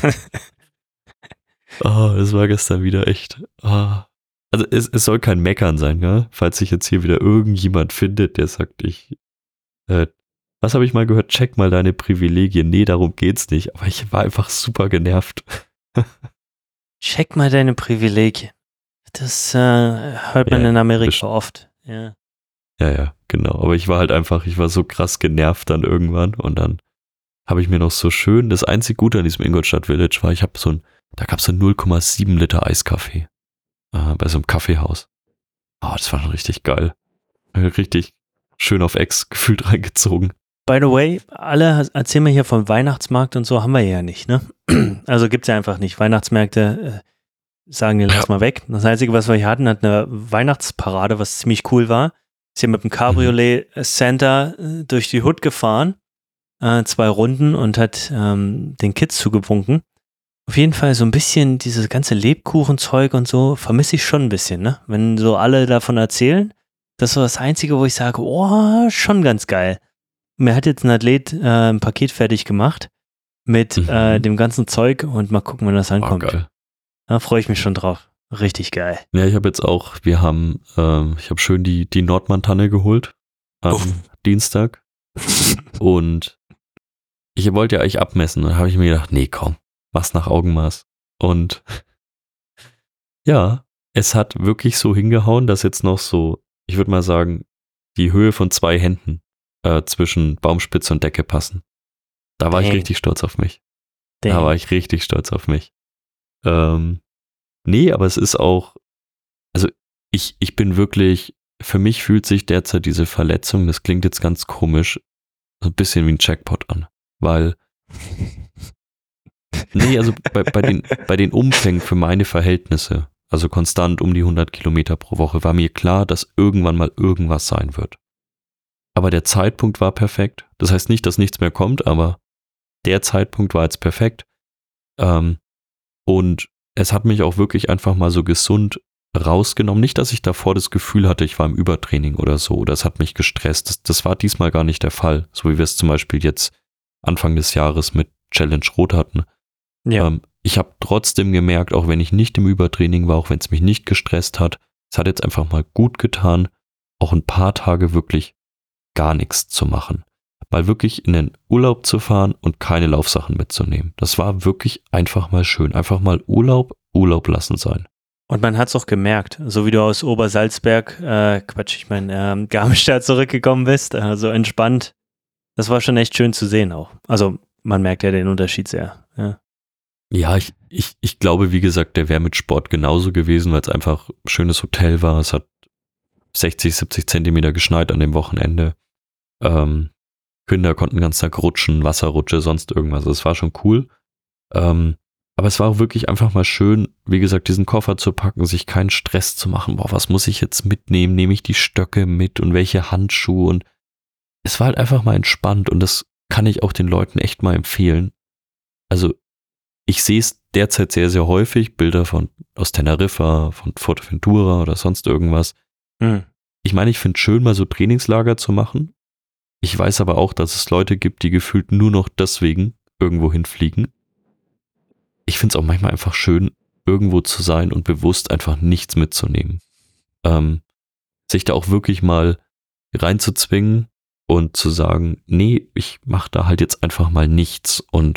Oh, das war gestern wieder echt. Oh. Also es, es soll kein Meckern sein, gell? Falls sich jetzt hier wieder irgendjemand findet, der sagt, ich, äh, was habe ich mal gehört? Check mal deine Privilegien. Nee, darum geht's nicht. Aber ich war einfach super genervt. Check mal deine Privilegien. Das äh, hört man Ja, in Amerika best- oft. Ja. Ja, ja, genau. Aber ich war halt einfach, ich war so krass genervt dann irgendwann und dann habe ich mir noch so schön, das einzig Gute an diesem Ingolstadt Village war, ich habe so ein, da gab es so null Komma sieben Liter Eiskaffee äh, bei so einem Kaffeehaus. Oh, das war schon richtig geil. Richtig schön auf Ex gefühlt reingezogen. By the way, alle erzählen mir hier vom Weihnachtsmarkt und so, haben wir ja nicht, ne? Also gibt's ja einfach nicht. Weihnachtsmärkte, äh, sagen, den lass mal weg. Das Einzige, was wir hier hatten, hat eine Weihnachtsparade, was ziemlich cool war. Ist hier mit dem Cabriolet Santa äh, durch die Hood gefahren, äh, zwei Runden und hat ähm, den Kids zugewunken. Auf jeden Fall so ein bisschen dieses ganze Lebkuchenzeug und so vermisse ich schon ein bisschen, ne? Wenn so alle davon erzählen, das ist so das Einzige, wo ich sage, oh, schon ganz geil. Mir hat jetzt ein Athlet äh, ein Paket fertig gemacht mit mhm. äh, dem ganzen Zeug und mal gucken, wann das ankommt. Oh, geil. Da freue ich mich schon drauf. Richtig geil. Ja, ich habe jetzt auch, wir haben, ähm, ich habe schön die, die Nordmann-Tanne geholt am Uff. Dienstag und ich wollte ja eigentlich abmessen und da habe ich mir gedacht, nee, komm, mach's nach Augenmaß. Und ja, es hat wirklich so hingehauen, dass jetzt noch so, ich würde mal sagen, die Höhe von zwei Händen äh, zwischen Baumspitze und Decke passen. Da war Dang. ich richtig stolz auf mich. Dang. Da war ich richtig stolz auf mich. Ähm, nee, aber es ist auch, also ich, ich bin wirklich, für mich fühlt sich derzeit diese Verletzung, das klingt jetzt ganz komisch, so ein bisschen wie ein Jackpot an, weil nee, also bei, bei, den, bei den Umfängen für meine Verhältnisse, also konstant um die hundert Kilometer pro Woche, war mir klar, dass irgendwann mal irgendwas sein wird. Aber der Zeitpunkt war perfekt. Das heißt nicht, dass nichts mehr kommt, aber der Zeitpunkt war jetzt perfekt. Ähm, und es hat mich auch wirklich einfach mal so gesund rausgenommen. Nicht, dass ich davor das Gefühl hatte, ich war im Übertraining oder so, oder es hat mich gestresst. Das, das war diesmal gar nicht der Fall. So wie wir es zum Beispiel jetzt Anfang des Jahres mit Challenge Rot hatten. Ja. Ähm, ich habe trotzdem gemerkt, auch wenn ich nicht im Übertraining war, auch wenn es mich nicht gestresst hat, es hat jetzt einfach mal gut getan, auch ein paar Tage wirklich gar nichts zu machen. Mal wirklich in den Urlaub zu fahren und keine Laufsachen mitzunehmen. Das war wirklich einfach mal schön. Einfach mal Urlaub, Urlaub lassen sein. Und man hat es auch gemerkt, so wie du aus Obersalzberg, äh, Quatsch, ich meine, ähm, Garmisch-Stadt zurückgekommen bist, äh, so entspannt. Das war schon echt schön zu sehen auch. Also man merkt ja den Unterschied sehr. Ja, ja ich, ich, ich glaube, wie gesagt, der wäre mit Sport genauso gewesen, weil es einfach ein schönes Hotel war. Es hat sechzig, siebzig Zentimeter geschneit an dem Wochenende. Ähm, Kinder konnten den ganzen Tag rutschen, Wasserrutsche, sonst irgendwas. Es war schon cool. Ähm, aber es war auch wirklich einfach mal schön, wie gesagt, diesen Koffer zu packen, sich keinen Stress zu machen. Boah, was muss ich jetzt mitnehmen? Nehme ich die Stöcke mit und welche Handschuhe? Und es war halt einfach mal entspannt und das kann ich auch den Leuten echt mal empfehlen. Also ich sehe es derzeit sehr, sehr häufig, Bilder von aus Teneriffa, von Fuerteventura oder sonst irgendwas. Mhm. Ich meine, ich finde es schön, mal so Trainingslager zu machen. Ich weiß aber auch, dass es Leute gibt, die gefühlt nur noch deswegen irgendwo hinfliegen. Ich finde es auch manchmal einfach schön, irgendwo zu sein und bewusst einfach nichts mitzunehmen. Ähm, sich da auch wirklich mal reinzuzwingen und zu sagen, nee, ich mache da halt jetzt einfach mal nichts. Und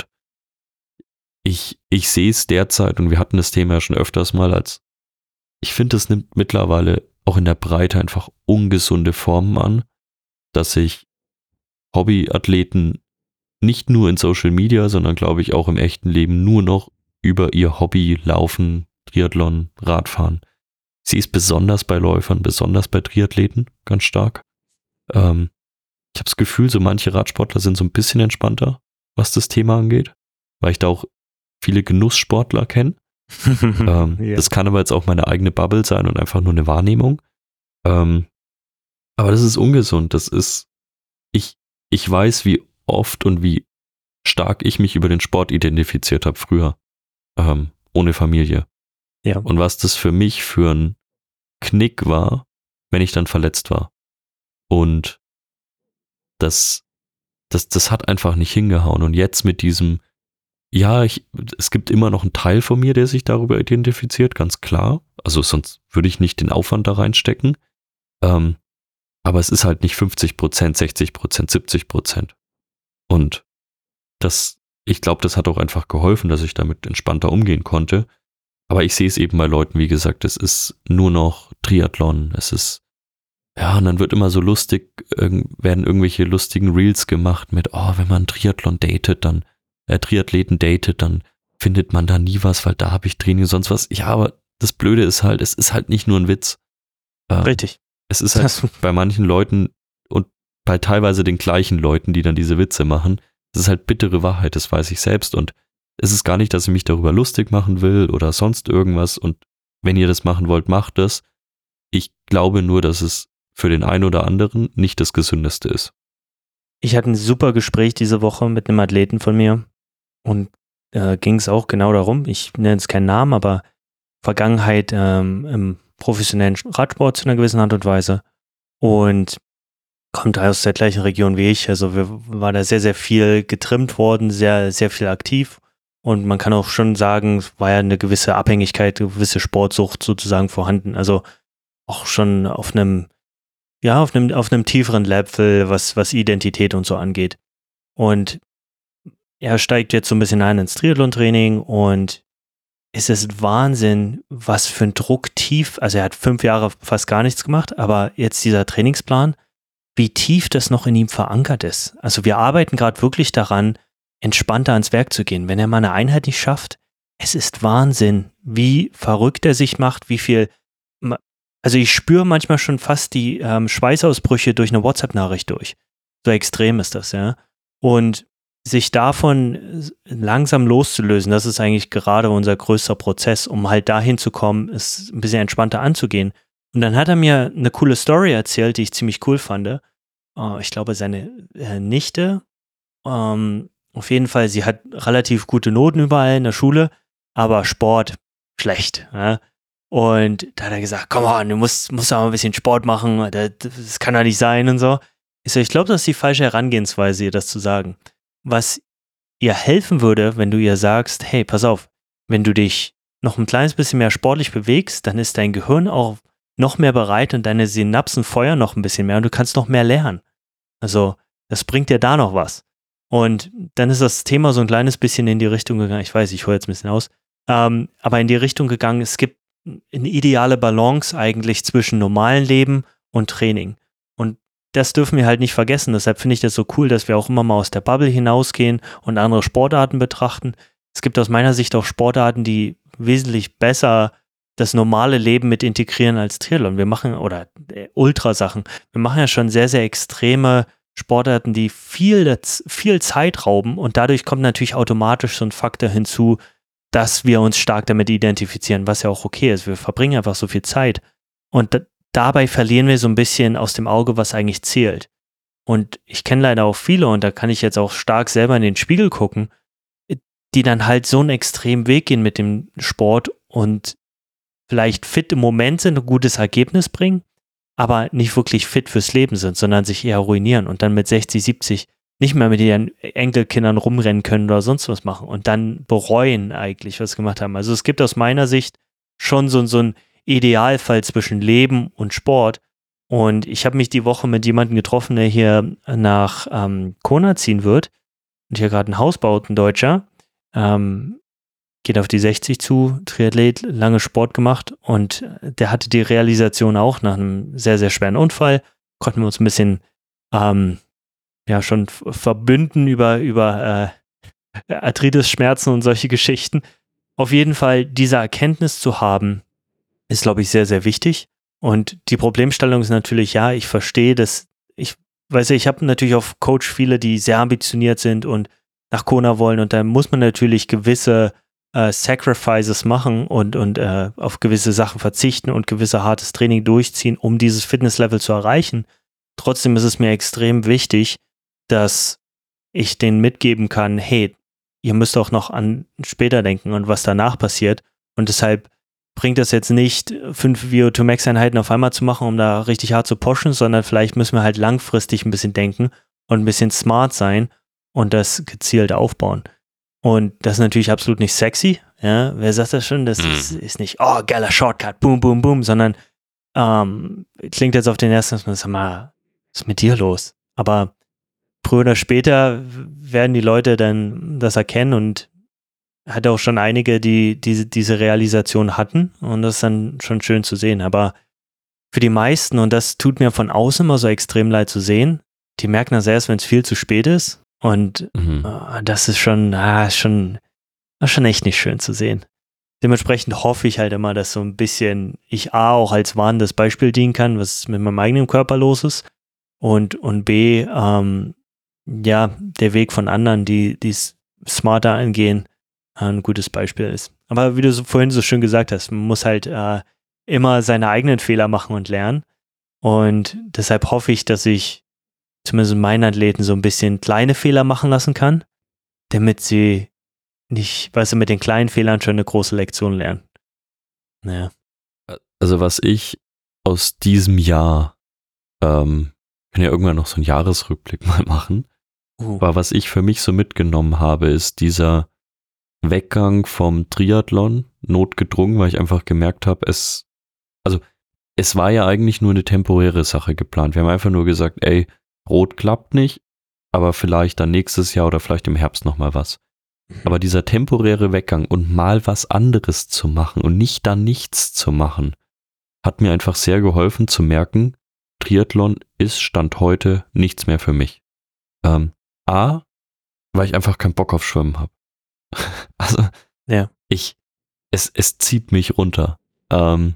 ich, ich sehe es derzeit, und wir hatten das Thema ja schon öfters mal, als ich finde, es nimmt mittlerweile auch in der Breite einfach ungesunde Formen an, dass sich Hobbyathleten nicht nur in Social Media, sondern glaube ich auch im echten Leben nur noch über ihr Hobby Laufen, Triathlon, Radfahren. Sie ist besonders bei Läufern, besonders bei Triathleten ganz stark. Ähm, ich habe das Gefühl, so manche Radsportler sind so ein bisschen entspannter, was das Thema angeht, weil ich da auch viele Genusssportler kenne. ähm, ja. Das kann aber jetzt auch meine eigene Bubble sein und einfach nur eine Wahrnehmung. Ähm, aber das ist ungesund. Das ist, ich, ich weiß, wie oft und wie stark ich mich über den Sport identifiziert habe früher, ähm, ohne Familie. Ja. Und was das für mich für ein Knick war, wenn ich dann verletzt war. Und das, das, das hat einfach nicht hingehauen. Und jetzt mit diesem, ja, ich, es gibt immer noch einen Teil von mir, der sich darüber identifiziert, ganz klar. Also sonst würde ich nicht den Aufwand da reinstecken. Ähm, aber es ist halt nicht fünfzig Prozent, sechzig Prozent, siebzig Prozent. Und das, ich glaube, das hat auch einfach geholfen, dass ich damit entspannter umgehen konnte. Aber ich sehe es eben bei Leuten, wie gesagt, es ist nur noch Triathlon, es ist, ja, und dann wird immer so lustig, werden irgendwelche lustigen Reels gemacht mit, oh, wenn man Triathlon datet, dann, äh, Triathleten datet, dann findet man da nie was, weil da habe ich Training und sonst was. Ja, aber das Blöde ist halt, es ist halt nicht nur ein Witz. Ähm, Richtig. Es ist halt das bei manchen Leuten und bei teilweise den gleichen Leuten, die dann diese Witze machen, das ist halt bittere Wahrheit, das weiß ich selbst. Und es ist gar nicht, dass ich mich darüber lustig machen will oder sonst irgendwas. Und wenn ihr das machen wollt, macht es. Ich glaube nur, dass es für den einen oder anderen nicht das Gesündeste ist. Ich hatte ein super Gespräch diese Woche mit einem Athleten von mir und äh, ging es auch genau darum, ich nenne jetzt keinen Namen, aber Vergangenheit ähm, im professionellen Radsport zu einer gewissen Art und Weise und kommt aus der gleichen Region wie ich, also wir war da sehr, sehr viel getrimmt worden, sehr, sehr viel aktiv und man kann auch schon sagen, es war ja eine gewisse Abhängigkeit, eine gewisse Sportsucht sozusagen vorhanden, also auch schon auf einem Ja, auf einem, auf einem tieferen Level, was, was Identität und so angeht. Und er steigt jetzt so ein bisschen ein ins Triathlon-Training und es ist Wahnsinn, was für ein Druck tief, also er hat fünf Jahre fast gar nichts gemacht, aber jetzt dieser Trainingsplan, wie tief das noch in ihm verankert ist. Also wir arbeiten gerade wirklich daran, entspannter ans Werk zu gehen. Wenn er mal eine Einheit nicht schafft, es ist Wahnsinn, wie verrückt er sich macht, wie viel Also ich spüre manchmal schon fast die ähm, Schweißausbrüche durch eine WhatsApp-Nachricht durch. So extrem ist das, ja. Und sich davon langsam loszulösen, das ist eigentlich gerade unser größter Prozess, um halt dahin zu kommen, es ein bisschen entspannter anzugehen. Und dann hat er mir eine coole Story erzählt, die ich ziemlich cool fand. Uh, ich glaube, seine äh, Nichte, ähm, auf jeden Fall, sie hat relativ gute Noten überall in der Schule, aber Sport schlecht, ja. Und da hat er gesagt, komm on, du musst, musst auch ein bisschen Sport machen, das, das kann doch nicht sein und so. Ich so, ich glaube, das ist die falsche Herangehensweise, ihr das zu sagen. Was ihr helfen würde, wenn du ihr sagst, hey, pass auf, wenn du dich noch ein kleines bisschen mehr sportlich bewegst, dann ist dein Gehirn auch noch mehr bereit und deine Synapsen feuern noch ein bisschen mehr und du kannst noch mehr lernen. Also, das bringt dir da noch was. Und dann ist das Thema so ein kleines bisschen in die Richtung gegangen, ich weiß, ich hole jetzt ein bisschen aus, ähm, aber in die Richtung gegangen, es gibt eine ideale Balance eigentlich zwischen normalem Leben und Training. Und das dürfen wir halt nicht vergessen. Deshalb finde ich das so cool, dass wir auch immer mal aus der Bubble hinausgehen und andere Sportarten betrachten. Es gibt aus meiner Sicht auch Sportarten, die wesentlich besser das normale Leben mit integrieren als Triathlon. Wir machen, oder äh, Ultrasachen, wir machen ja schon sehr, sehr extreme Sportarten, die viel, viel Zeit rauben und dadurch kommt natürlich automatisch so ein Faktor hinzu, dass wir uns stark damit identifizieren, was ja auch okay ist. Wir verbringen einfach so viel Zeit. Und d- dabei verlieren wir so ein bisschen aus dem Auge, was eigentlich zählt. Und ich kenne leider auch viele, und da kann ich jetzt auch stark selber in den Spiegel gucken, die dann halt so einen extremen Weg gehen mit dem Sport und vielleicht fit im Moment sind, ein gutes Ergebnis bringen, aber nicht wirklich fit fürs Leben sind, sondern sich eher ruinieren und dann mit sechzig, siebzig nicht mehr mit ihren Enkelkindern rumrennen können oder sonst was machen und dann bereuen eigentlich, was sie gemacht haben. Also es gibt aus meiner Sicht schon so, so einen Idealfall zwischen Leben und Sport. Und ich habe mich die Woche mit jemandem getroffen, der hier nach ähm, Kona ziehen wird und hier gerade ein Haus baut, ein Deutscher. Ähm, geht auf die sechzig zu, Triathlet, lange Sport gemacht und der hatte die Realisation auch nach einem sehr, sehr schweren Unfall. Konnten wir uns ein bisschen ähm, ja schon verbünden über, über äh, Arthritis-Schmerzen und solche Geschichten. Auf jeden Fall diese Erkenntnis zu haben, ist, glaube ich, sehr, sehr wichtig. Und die Problemstellung ist natürlich, ja, ich verstehe das, ich weiß ja, ich habe natürlich auf Coach viele, die sehr ambitioniert sind und nach Kona wollen und da muss man natürlich gewisse äh, Sacrifices machen und, und äh, auf gewisse Sachen verzichten und gewisse hartes Training durchziehen, um dieses Fitnesslevel zu erreichen. Trotzdem ist es mir extrem wichtig, dass ich denen mitgeben kann, hey, ihr müsst auch noch an später denken und was danach passiert. Und deshalb bringt das jetzt nicht, fünf V O zwei Max-Einheiten auf einmal zu machen, um da richtig hart zu pushen, sondern vielleicht müssen wir halt langfristig ein bisschen denken und ein bisschen smart sein und das gezielt aufbauen. Und das ist natürlich absolut nicht sexy. Ja? Wer sagt das schon? Das ist, ist nicht, oh, geiler Shortcut, boom, boom, boom, sondern ähm, klingt jetzt auf den ersten, sag mal, was ist mit dir los? Aber früher oder später werden die Leute dann das erkennen und hatte auch schon einige, die diese, diese Realisation hatten und das ist dann schon schön zu sehen. Aber für die meisten, und das tut mir von außen immer so extrem leid zu sehen, die merken das erst, wenn es viel zu spät ist und mhm. äh, das ist schon, ah, schon, das ist schon echt nicht schön zu sehen. Dementsprechend hoffe ich halt immer, dass so ein bisschen ich A auch als warnendes Beispiel dienen kann, was mit meinem eigenen Körper los ist und, und B, ähm, ja, der Weg von anderen, die es smarter angehen, ein gutes Beispiel ist. Aber wie du so vorhin so schön gesagt hast, man muss halt äh, immer seine eigenen Fehler machen und lernen. Und deshalb hoffe ich, dass ich zumindest meinen Athleten so ein bisschen kleine Fehler machen lassen kann, damit sie nicht, weißt du, mit den kleinen Fehlern schon eine große Lektion lernen. Naja. Also was ich aus diesem Jahr, ähm, kann ja irgendwann noch so einen Jahresrückblick mal machen, Uh. war, was ich für mich so mitgenommen habe, ist dieser Weggang vom Triathlon, notgedrungen, weil ich einfach gemerkt habe, es, also es war ja eigentlich nur eine temporäre Sache geplant. Wir haben einfach nur gesagt, ey, Rot klappt nicht, aber vielleicht dann nächstes Jahr oder vielleicht im Herbst nochmal was. Mhm. Aber dieser temporäre Weggang und mal was anderes zu machen und nicht dann nichts zu machen, hat mir einfach sehr geholfen zu merken, Triathlon ist Stand heute nichts mehr für mich. Ähm, A, weil ich einfach keinen Bock auf Schwimmen habe. Also, ja. ich, es, es zieht mich runter. Ähm,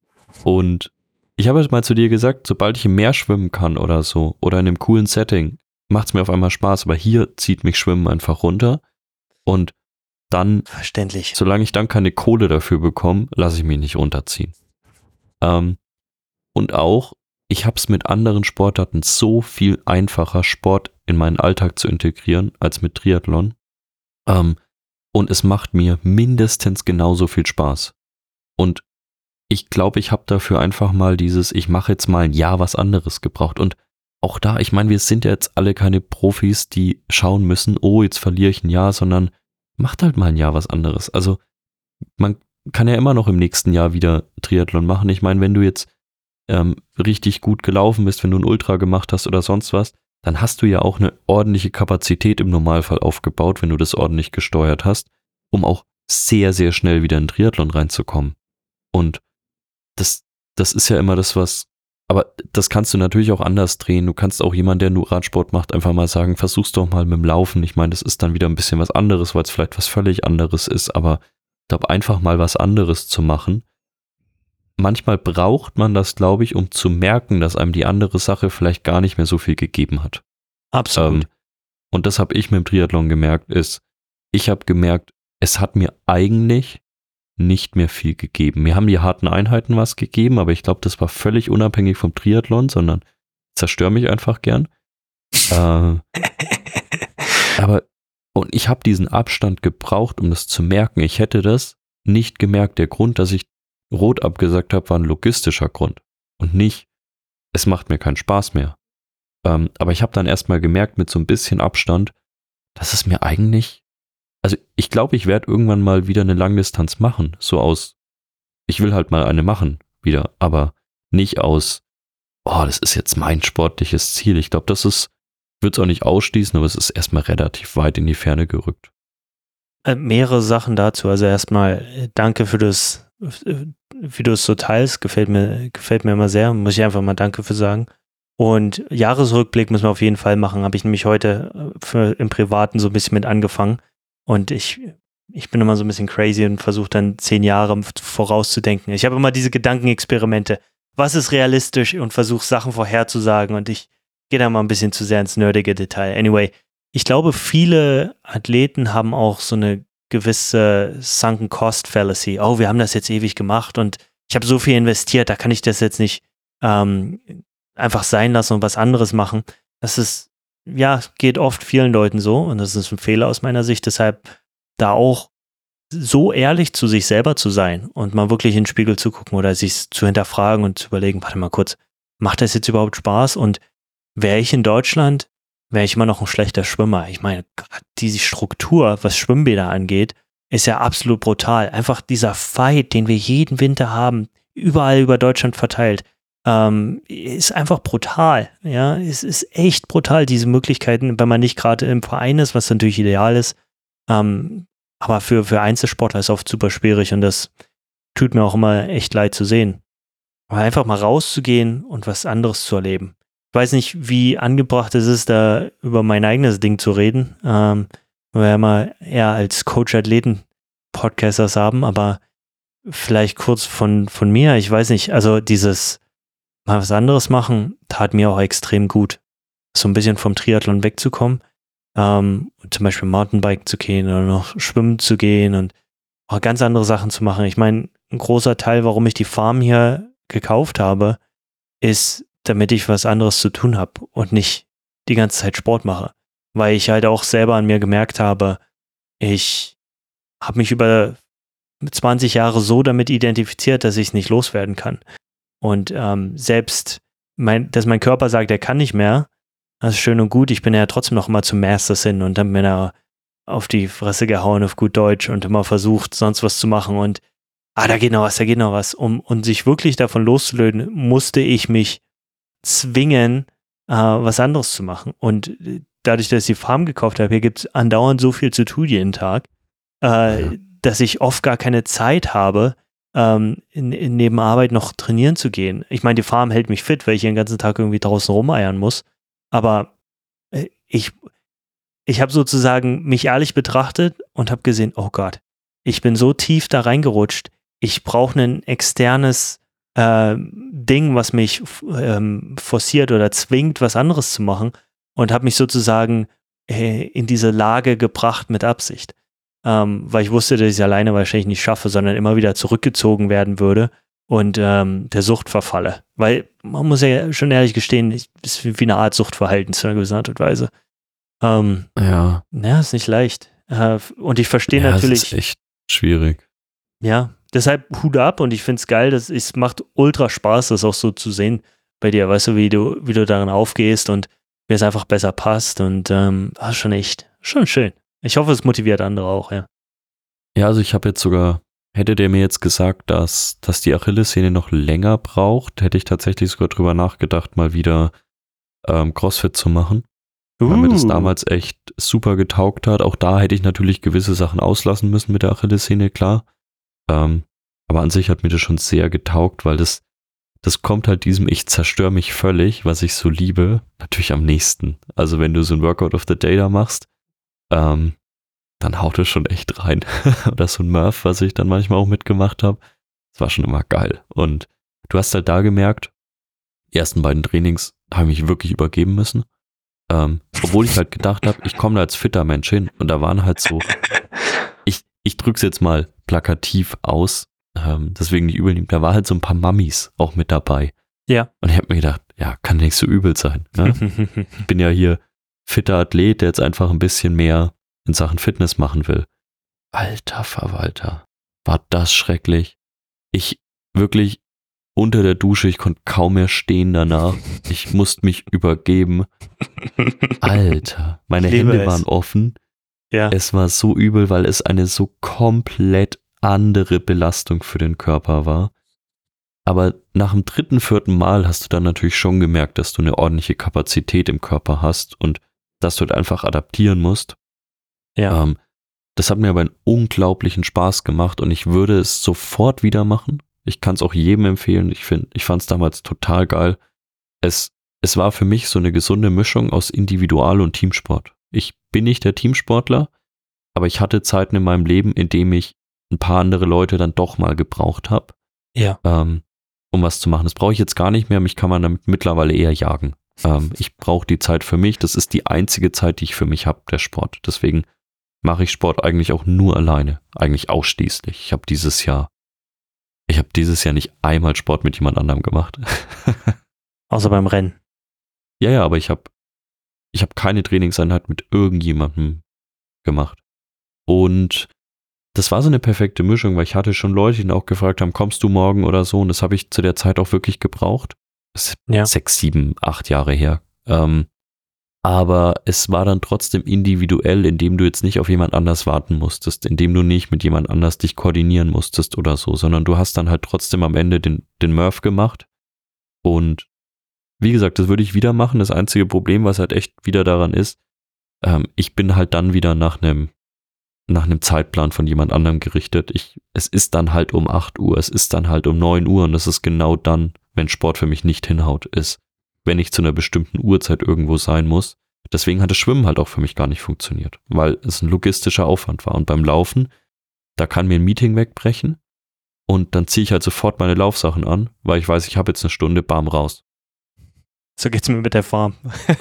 und ich habe jetzt mal zu dir gesagt, sobald ich im Meer schwimmen kann oder so, oder in einem coolen Setting, macht es mir auf einmal Spaß, aber hier zieht mich Schwimmen einfach runter. Und dann, verständlich, solange ich dann keine Kohle dafür bekomme, lasse ich mich nicht runterziehen. Ähm, und auch, ich habe es mit anderen Sportarten so viel einfacher, Sport in meinen Alltag zu integrieren, als mit Triathlon. Ähm, und es macht mir mindestens genauso viel Spaß. Und ich glaube, ich habe dafür einfach mal dieses, ich mache jetzt mal ein Jahr was anderes gebraucht. Und auch da, ich meine, wir sind ja jetzt alle keine Profis, die schauen müssen, oh, jetzt verliere ich ein Jahr, sondern macht halt mal ein Jahr was anderes. Also man kann ja immer noch im nächsten Jahr wieder Triathlon machen. Ich meine, wenn du jetzt ähm, richtig gut gelaufen bist, wenn du ein Ultra gemacht hast oder sonst was, dann hast du ja auch eine ordentliche Kapazität im Normalfall aufgebaut, wenn du das ordentlich gesteuert hast, um auch sehr, sehr schnell wieder in Triathlon reinzukommen. Und das, das ist ja immer das, was, aber das kannst du natürlich auch anders drehen. Du kannst auch jemand, der nur Radsport macht, einfach mal sagen, versuch's doch mal mit dem Laufen. Ich meine, das ist dann wieder ein bisschen was anderes, weil es vielleicht was völlig anderes ist, aber ich glaube, einfach mal was anderes zu machen. Manchmal braucht man das, glaube ich, um zu merken, dass einem die andere Sache vielleicht gar nicht mehr so viel gegeben hat. Absolut. Ähm, und das habe ich mit dem Triathlon gemerkt, ist, ich habe gemerkt, es hat mir eigentlich nicht mehr viel gegeben. Mir haben die harten Einheiten was gegeben, aber ich glaube, das war völlig unabhängig vom Triathlon, sondern zerstöre mich einfach gern. äh, aber und ich habe diesen Abstand gebraucht, um das zu merken. Ich hätte das nicht gemerkt. Der Grund, dass ich Rot abgesagt habe, war ein logistischer Grund und nicht, es macht mir keinen Spaß mehr. Ähm, aber ich habe dann erstmal gemerkt, mit so ein bisschen Abstand, dass es mir eigentlich, also ich glaube, ich werde irgendwann mal wieder eine Langdistanz machen, so aus, ich will halt mal eine machen wieder, aber nicht aus, oh, das ist jetzt mein sportliches Ziel. Ich glaube, das ist, würde es auch nicht ausschließen, aber es ist erstmal relativ weit in die Ferne gerückt. Äh, mehrere Sachen dazu. Also erstmal danke für das, wie du es so teilst. Gefällt mir, gefällt mir immer sehr. Muss ich einfach mal Danke für sagen. Und Jahresrückblick müssen wir auf jeden Fall machen. Habe ich nämlich heute für, im Privaten so ein bisschen mit angefangen. Und ich, ich bin immer so ein bisschen crazy und versuche dann zehn Jahre vorauszudenken. Ich habe immer diese Gedankenexperimente. Was ist realistisch? Und versuche Sachen vorherzusagen. Und ich gehe da mal ein bisschen zu sehr ins nerdige Detail. Anyway, ich glaube, viele Athleten haben auch so eine gewisse Sunken Cost Fallacy. Oh, wir haben das jetzt ewig gemacht und ich habe so viel investiert, da kann ich das jetzt nicht ähm, einfach sein lassen und was anderes machen. Das ist, ja, geht oft vielen Leuten so und das ist ein Fehler aus meiner Sicht. Deshalb da auch so ehrlich zu sich selber zu sein und mal wirklich in den Spiegel zu gucken oder sich zu hinterfragen und zu überlegen, warte mal kurz, macht das jetzt überhaupt Spaß? Und wäre ich in Deutschland, wäre ich immer noch ein schlechter Schwimmer. Ich meine, diese Struktur, was Schwimmbäder angeht, ist ja absolut brutal. Einfach dieser Fight, den wir jeden Winter haben, überall über Deutschland verteilt, ähm, ist einfach brutal. Ja, es ist echt brutal, diese Möglichkeiten, wenn man nicht gerade im Verein ist, was natürlich ideal ist. Ähm, aber für, für Einzelsportler ist es oft super schwierig und das tut mir auch immer echt leid zu sehen. Aber einfach mal rauszugehen und was anderes zu erleben. Ich weiß nicht, wie angebracht es ist, da über mein eigenes Ding zu reden, ähm, weil wir ja mal eher als Coach-Athleten-Podcasters haben, aber vielleicht kurz von, von mir, ich weiß nicht, also dieses mal was anderes machen, tat mir auch extrem gut. So ein bisschen vom Triathlon wegzukommen. ähm, zum Beispiel Mountainbike zu gehen oder noch schwimmen zu gehen und auch ganz andere Sachen zu machen. Ich meine, ein großer Teil, warum ich die Farm hier gekauft habe, ist, damit ich was anderes zu tun habe und nicht die ganze Zeit Sport mache. Weil ich halt auch selber an mir gemerkt habe, ich habe mich über zwanzig Jahre so damit identifiziert, dass ich es nicht loswerden kann. Und ähm, selbst, mein, dass mein Körper sagt, er kann nicht mehr, das ist schön und gut. Ich bin ja trotzdem noch immer zum Masters hin und dann bin er auf die Fresse gehauen auf gut Deutsch und immer versucht, sonst was zu machen und ah, da geht noch was, da geht noch was. Um, um sich wirklich davon loszulösen, musste ich mich zwingen, äh, was anderes zu machen. Und dadurch, dass ich die Farm gekauft habe, hier gibt es andauernd so viel zu tun jeden Tag, äh, ja. dass ich oft gar keine Zeit habe, ähm, in, in neben Arbeit noch trainieren zu gehen. Ich meine, die Farm hält mich fit, weil ich den ganzen Tag irgendwie draußen rumeiern muss. Aber äh, ich, ich habe sozusagen mich ehrlich betrachtet und habe gesehen, oh Gott, ich bin so tief da reingerutscht, ich brauche ein externes äh, Ding, was mich ähm, forciert oder zwingt, was anderes zu machen und habe mich sozusagen äh, in diese Lage gebracht mit Absicht. Ähm, weil ich wusste, dass ich es alleine wahrscheinlich nicht schaffe, sondern immer wieder zurückgezogen werden würde und ähm, der Sucht verfalle. Weil man muss ja schon ehrlich gestehen, es ist wie eine Art Suchtverhalten zu einer gewissen Art und Weise. Ähm, ja. Ja, ist nicht leicht. Äh, und ich verstehe ja, natürlich. Das ist echt schwierig. Ja, deshalb Hut ab und ich finde es geil, dass es macht ultra Spaß, das auch so zu sehen bei dir, weißt du, wie du, wie du darin aufgehst und wie es einfach besser passt und ähm, war schon echt, schon schön. Ich hoffe, es motiviert andere auch, ja. Ja, also ich habe jetzt sogar, hätte der mir jetzt gesagt, dass, dass die Achillessehne noch länger braucht, hätte ich tatsächlich sogar drüber nachgedacht, mal wieder ähm, CrossFit zu machen. Uh. Weil mir das damals echt super getaugt hat. Auch da hätte ich natürlich gewisse Sachen auslassen müssen mit der Achillessehne, klar. Ähm, aber an sich hat mir das schon sehr getaugt, weil das, das kommt halt diesem Ich zerstöre mich völlig, was ich so liebe, natürlich am nächsten. Also wenn du so ein Workout of the Day da machst, ähm, dann haut es schon echt rein. Oder so ein Murph, was ich dann manchmal auch mitgemacht habe. Das war schon immer geil. Und du hast halt da gemerkt, die ersten beiden Trainings habe ich mich wirklich übergeben müssen. Ähm, obwohl ich halt gedacht habe, ich komme da als fitter Mensch hin. Und da waren halt so, ich, ich drück's jetzt mal plakativ aus, ähm, deswegen nicht übel nehmen, da war halt so ein paar Mammis auch mit dabei. Ja. Und ich habe mir gedacht, ja, kann nicht so übel sein. Ne? Ich bin ja hier fitter Athlet, der jetzt einfach ein bisschen mehr in Sachen Fitness machen will. Alter Verwalter, war das schrecklich. Ich wirklich unter der Dusche, ich konnte kaum mehr stehen danach. Ich musste mich übergeben. Alter, meine Hände es. waren offen. Ja. Es war so übel, weil es eine so komplett andere Belastung für den Körper war. Aber nach dem dritten, vierten Mal hast du dann natürlich schon gemerkt, dass du eine ordentliche Kapazität im Körper hast und dass du halt einfach adaptieren musst. Ja. Ähm, das hat mir aber einen unglaublichen Spaß gemacht und ich würde es sofort wieder machen. Ich kann es auch jedem empfehlen. Ich finde, ich fand es damals total geil. Es, es war für mich so eine gesunde Mischung aus Individual- und Teamsport. Ich bin nicht der Teamsportler, aber ich hatte Zeiten in meinem Leben, in dem ich ein paar andere Leute dann doch mal gebraucht habe, ja. ähm, um was zu machen. Das brauche ich jetzt gar nicht mehr. Mich kann man damit mittlerweile eher jagen. Ähm, ich brauche die Zeit für mich. Das ist die einzige Zeit, die ich für mich habe, der Sport. Deswegen mache ich Sport eigentlich auch nur alleine. Eigentlich ausschließlich. Ich habe dieses Jahr Ich habe dieses Jahr nicht einmal Sport mit jemand anderem gemacht. Außer beim Rennen. Ja, ja, aber ich habe ich hab keine Trainingseinheit mit irgendjemandem gemacht. Und das war so eine perfekte Mischung, weil ich hatte schon Leute, die auch gefragt haben, kommst du morgen oder so? Und das habe ich zu der Zeit auch wirklich gebraucht. Das ist ja. sechs, sieben, acht Jahre her. Ähm, aber es war dann trotzdem individuell, indem du jetzt nicht auf jemand anders warten musstest, indem du nicht mit jemand anders dich koordinieren musstest oder so, sondern du hast dann halt trotzdem am Ende den, den Murph gemacht. Und wie gesagt, das würde ich wieder machen. Das einzige Problem, was halt echt wieder daran ist, ähm, ich bin halt dann wieder nach einem nach einem Zeitplan von jemand anderem gerichtet. Ich, es ist dann halt um acht Uhr, es ist dann halt um neun Uhr und das ist genau dann, wenn Sport für mich nicht hinhaut, ist, wenn ich zu einer bestimmten Uhrzeit irgendwo sein muss. Deswegen hat das Schwimmen halt auch für mich gar nicht funktioniert, weil es ein logistischer Aufwand war. Und beim Laufen, da kann mir ein Meeting wegbrechen und dann ziehe ich halt sofort meine Laufsachen an, weil ich weiß, ich habe jetzt eine Stunde, bam, raus. So geht's mir mit der Farm.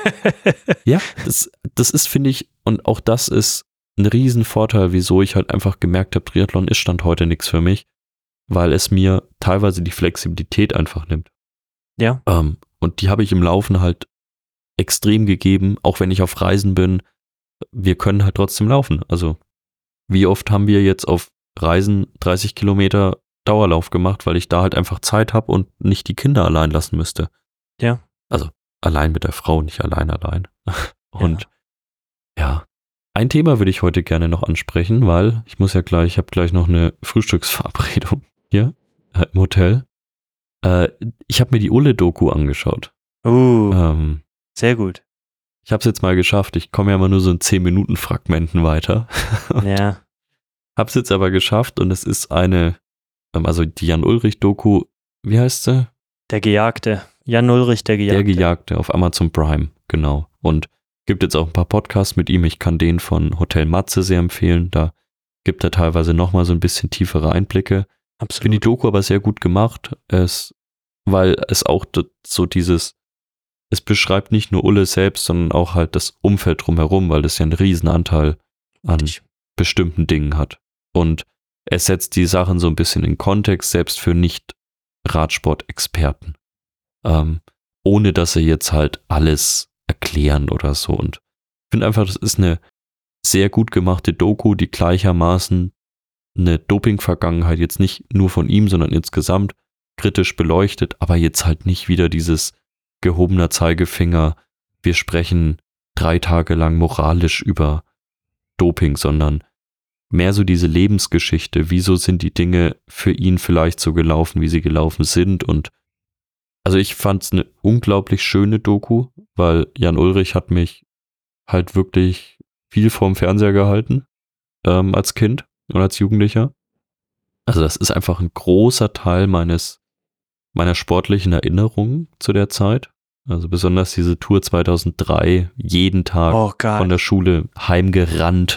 Ja, das, das ist, finde ich, und auch das ist ein Riesenvorteil, wieso ich halt einfach gemerkt habe, Triathlon ist Stand heute nichts für mich, weil es mir teilweise die Flexibilität einfach nimmt. Ja. Ähm, und die habe ich im Laufen halt extrem gegeben, auch wenn ich auf Reisen bin. Wir können halt trotzdem laufen. Also wie oft haben wir jetzt auf Reisen dreißig Kilometer Dauerlauf gemacht, weil ich da halt einfach Zeit habe und nicht die Kinder allein lassen müsste. Ja. Also allein mit der Frau, nicht allein allein. Und ja, ja. Ein Thema würde ich heute gerne noch ansprechen, weil ich muss ja gleich, ich habe gleich noch eine Frühstücksverabredung hier äh, im Hotel. Äh, ich habe mir die Ulle-Doku angeschaut. Uh, Ähm, sehr gut. ich habe es jetzt mal geschafft. Ich komme ja immer nur so in zehn Minuten Fragmenten weiter. Ja. Habe es jetzt aber geschafft und es ist eine, ähm, also die Jan-Ulrich-Doku, wie heißt sie? Der Gejagte. Jan Ulrich, der Gejagte. Der Gejagte auf Amazon Prime, genau. Und gibt jetzt auch ein paar Podcasts mit ihm. Ich kann den von Hotel Matze sehr empfehlen. Da gibt er teilweise nochmal so ein bisschen tiefere Einblicke. Absolut. Ich finde die Doku aber sehr gut gemacht, es, weil es auch so dieses, es beschreibt nicht nur Ulle selbst, sondern auch halt das Umfeld drumherum, weil das ja einen riesen Anteil an Richtig. bestimmten Dingen hat. Und es setzt die Sachen so ein bisschen in Kontext, selbst für Nicht-Radsport-Experten. Ähm, ohne dass sie jetzt halt alles erklären oder so. Und ich finde einfach, das ist eine sehr gut gemachte Doku, die gleichermaßen eine Doping-Vergangenheit jetzt nicht nur von ihm, sondern insgesamt kritisch beleuchtet, aber jetzt halt nicht wieder dieses gehobener Zeigefinger, wir sprechen drei Tage lang moralisch über Doping, sondern mehr so diese Lebensgeschichte, wieso sind die Dinge für ihn vielleicht so gelaufen, wie sie gelaufen sind. Und also ich fand es eine unglaublich schöne Doku, weil Jan Ulrich hat mich halt wirklich viel vorm Fernseher gehalten, ähm, als Kind und als Jugendlicher. Also das ist einfach ein großer Teil meines, meiner sportlichen Erinnerungen zu der Zeit. Also besonders diese Tour zweitausenddrei, jeden Tag Oh Gott. von der Schule heimgerannt.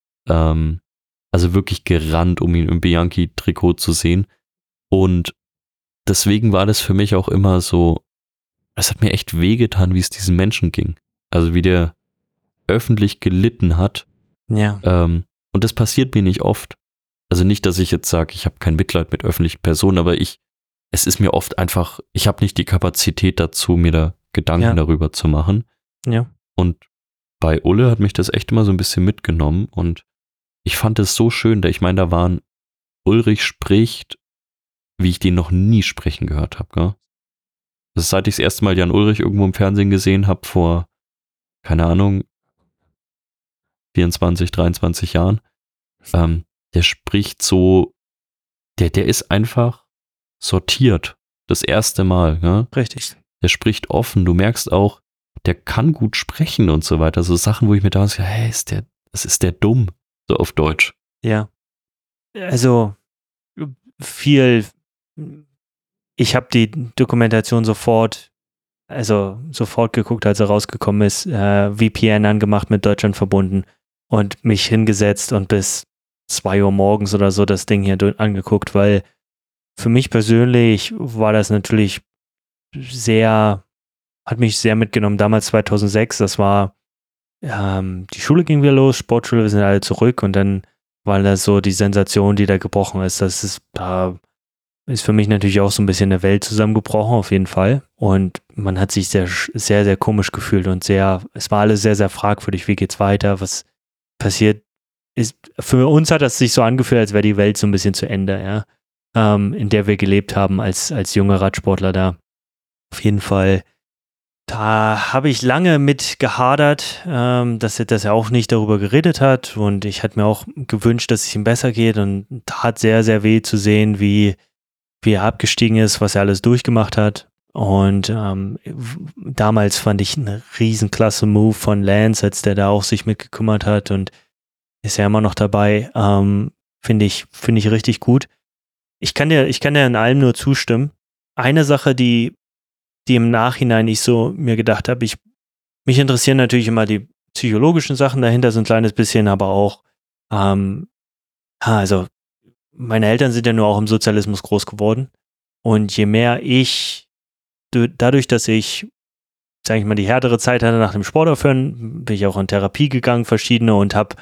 Ähm, also wirklich gerannt, um ihn im Bianchi-Trikot zu sehen. Und deswegen war das für mich auch immer so, es hat mir echt wehgetan, wie es diesen Menschen ging. Also wie der öffentlich gelitten hat. Ja. Ähm, und das passiert mir nicht oft. Also nicht, dass ich jetzt sage, ich habe kein Mitleid mit öffentlichen Personen, aber ich, es ist mir oft einfach, ich habe nicht die Kapazität dazu, mir da Gedanken Ja. darüber zu machen. Ja. Und bei Ulle hat mich das echt immer so ein bisschen mitgenommen und ich fand es so schön, da ich meine, da waren Ulrich spricht, wie ich den noch nie sprechen gehört habe. Gell? Das ist, seit ich das erste Mal Jan Ulrich irgendwo im Fernsehen gesehen habe, vor, keine Ahnung, vierundzwanzig, dreiundzwanzig Jahren. Ähm, der spricht so, der, der ist einfach sortiert. Das erste Mal. Gell? Richtig. Der spricht offen. Du merkst auch, der kann gut sprechen und so weiter. So Sachen, wo ich mir da sage, hey, ist der, das ist der dumm. So auf Deutsch. Ja. Also viel, ich habe die Dokumentation sofort, also sofort geguckt, als er rausgekommen ist, äh, V P N angemacht, mit Deutschland verbunden und mich hingesetzt und bis zwei Uhr morgens oder so das Ding hier angeguckt, weil für mich persönlich war das natürlich sehr, hat mich sehr mitgenommen. Damals zweitausendsechs, das war, ähm, die Schule ging wieder los, Sportschule, wir sind alle zurück und dann war das so die Sensation, die da gebrochen ist. Das ist, da ist für mich natürlich auch so ein bisschen eine Welt zusammengebrochen, auf jeden Fall. Und man hat sich sehr, sehr, sehr komisch gefühlt und sehr, es war alles sehr, sehr fragwürdig, wie geht's weiter, was passiert. Ist, für uns hat das sich so angefühlt, als wäre die Welt so ein bisschen zu Ende, ja, ähm, in der wir gelebt haben als, als junge Radsportler da. Auf jeden Fall, da habe ich lange mit gehadert, ähm, dass, er, dass er auch nicht darüber geredet hat und ich hatte mir auch gewünscht, dass es ihm besser geht und tat sehr, sehr weh zu sehen, wie, wie er abgestiegen ist, was er alles durchgemacht hat. Und ähm, damals fand ich eine riesenklasse Move von Lance, als der da auch sich mitgekümmert hat und ist ja immer noch dabei. Ähm, finde ich, finde ich richtig gut. Ich kann dir, ich kann dir in allem nur zustimmen. Eine Sache, die, die im Nachhinein ich so mir gedacht habe, ich, mich interessieren natürlich immer die psychologischen Sachen dahinter so ein kleines bisschen, aber auch, ähm, also meine Eltern sind ja nur auch im Sozialismus groß geworden und je mehr ich, dadurch, dass ich sage ich mal, die härtere Zeit hatte nach dem Sport aufhören, bin ich auch in Therapie gegangen, verschiedene, und habe,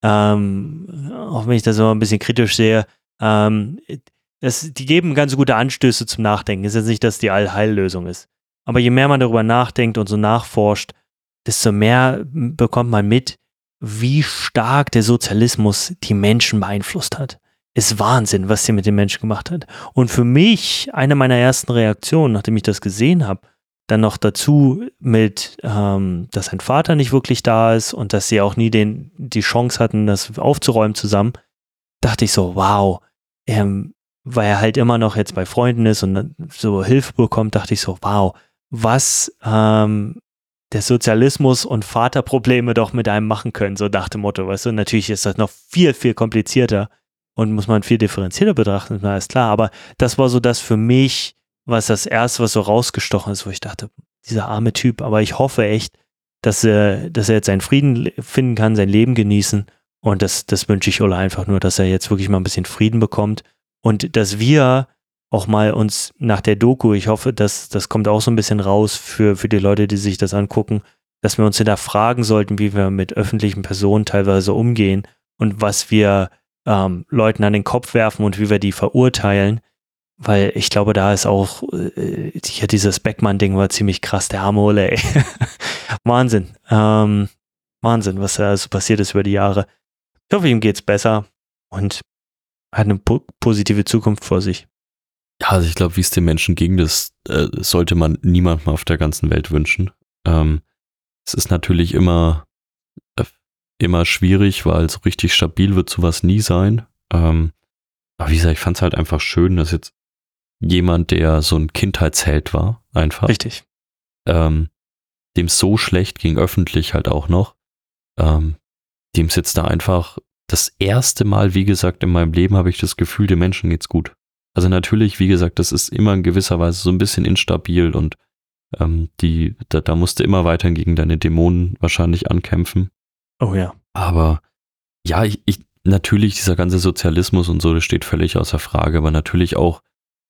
ähm, auch wenn ich das immer ein bisschen kritisch sehe, ähm, das, die geben ganz gute Anstöße zum Nachdenken. Es ist jetzt nicht, dass die Allheillösung ist. Aber je mehr man darüber nachdenkt und so nachforscht, desto mehr bekommt man mit, wie stark der Sozialismus die Menschen beeinflusst hat. Ist Wahnsinn, was der mit den Menschen gemacht hat. Und für mich, eine meiner ersten Reaktionen, nachdem ich das gesehen habe, dann noch dazu mit, ähm, dass sein Vater nicht wirklich da ist und dass sie auch nie den, die Chance hatten, das aufzuräumen zusammen, dachte ich so, wow, ähm, weil er halt immer noch jetzt bei Freunden ist und dann so Hilfe bekommt, dachte ich so, wow, was ähm, der Sozialismus und Vaterprobleme doch mit einem machen können, so nach dem Motto, weißt du, natürlich ist das noch viel, viel komplizierter und muss man viel differenzierter betrachten, ist mir alles klar, aber das war so das für mich, was das erste, was so rausgestochen ist, wo ich dachte, dieser arme Typ, aber ich hoffe echt, dass er, dass er jetzt seinen Frieden finden kann, sein Leben genießen, und das, das wünsche ich Ulla einfach nur, dass er jetzt wirklich mal ein bisschen Frieden bekommt und dass wir auch mal uns nach der Doku, ich hoffe, dass das kommt auch so ein bisschen raus für, für die Leute, die sich das angucken, dass wir uns hinterfragen sollten, wie wir mit öffentlichen Personen teilweise umgehen und was wir ähm, Leuten an den Kopf werfen und wie wir die verurteilen, weil ich glaube, da ist auch äh, hier dieses Beckmann-Ding war ziemlich krass, der arme Ole, ey. Wahnsinn. Ähm, Wahnsinn, was da so passiert ist über die Jahre. Ich hoffe, ihm geht's besser und hat eine po- positive Zukunft vor sich. Ja, also ich glaube, wie es den Menschen ging, das äh, sollte man niemandem auf der ganzen Welt wünschen. Ähm, es ist natürlich immer, äh, immer schwierig, weil so richtig stabil wird sowas nie sein. Ähm, aber wie gesagt, ich fand es halt einfach schön, dass jetzt jemand, der so ein Kindheitsheld war, einfach. Richtig. Ähm, dem es so schlecht ging, öffentlich halt auch noch, ähm, dem es jetzt da einfach das erste Mal, wie gesagt, in meinem Leben habe ich das Gefühl, den Menschen geht's gut. Also natürlich, wie gesagt, das ist immer in gewisser Weise so ein bisschen instabil und ähm, die, da, da musst du immer weiter gegen deine Dämonen wahrscheinlich ankämpfen. Oh ja. Aber ja, ich, ich natürlich, dieser ganze Sozialismus und so, das steht völlig außer Frage, aber natürlich auch,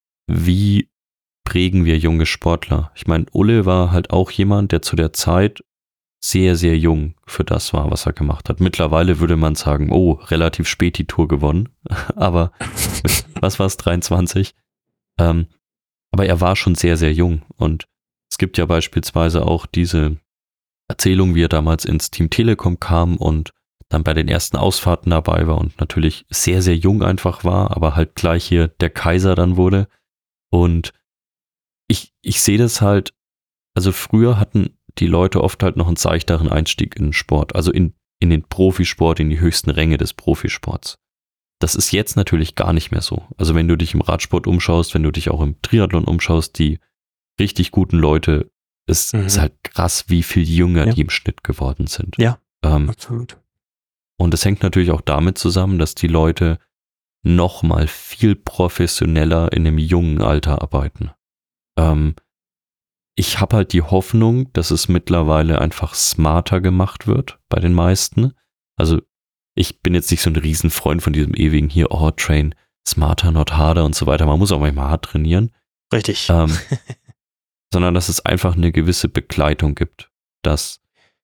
wie prägen wir junge Sportler? Ich meine, Ulle war halt auch jemand, der zu der Zeit sehr, sehr jung für das war, was er gemacht hat. Mittlerweile würde man sagen, oh, relativ spät die Tour gewonnen, aber mit, was war es, dreiundzwanzig? Ähm, aber er war schon sehr, sehr jung und es gibt ja beispielsweise auch diese Erzählung, wie er damals ins Team Telekom kam und dann bei den ersten Ausfahrten dabei war und natürlich sehr, sehr jung einfach war, aber halt gleich hier der Kaiser dann wurde. Und ich, ich sehe das halt, also früher hatten die Leute oft halt noch einen seichteren Einstieg in den Sport, also in, in den Profisport, in die höchsten Ränge des Profisports. Das ist jetzt natürlich gar nicht mehr so. Also wenn du dich im Radsport umschaust, wenn du dich auch im Triathlon umschaust, die richtig guten Leute, es mhm. ist halt krass, wie viel jünger ja. die im Schnitt geworden sind. Ja, ähm, absolut. Und es hängt natürlich auch damit zusammen, dass die Leute noch mal viel professioneller in einem jungen Alter arbeiten. Ähm, ich habe halt die Hoffnung, dass es mittlerweile einfach smarter gemacht wird bei den meisten. Also ich bin jetzt nicht so ein Riesenfreund von diesem ewigen hier, oh, train smarter, not harder und so weiter. Man muss auch manchmal hart trainieren. Richtig. Ähm, sondern dass es einfach eine gewisse Begleitung gibt. Dass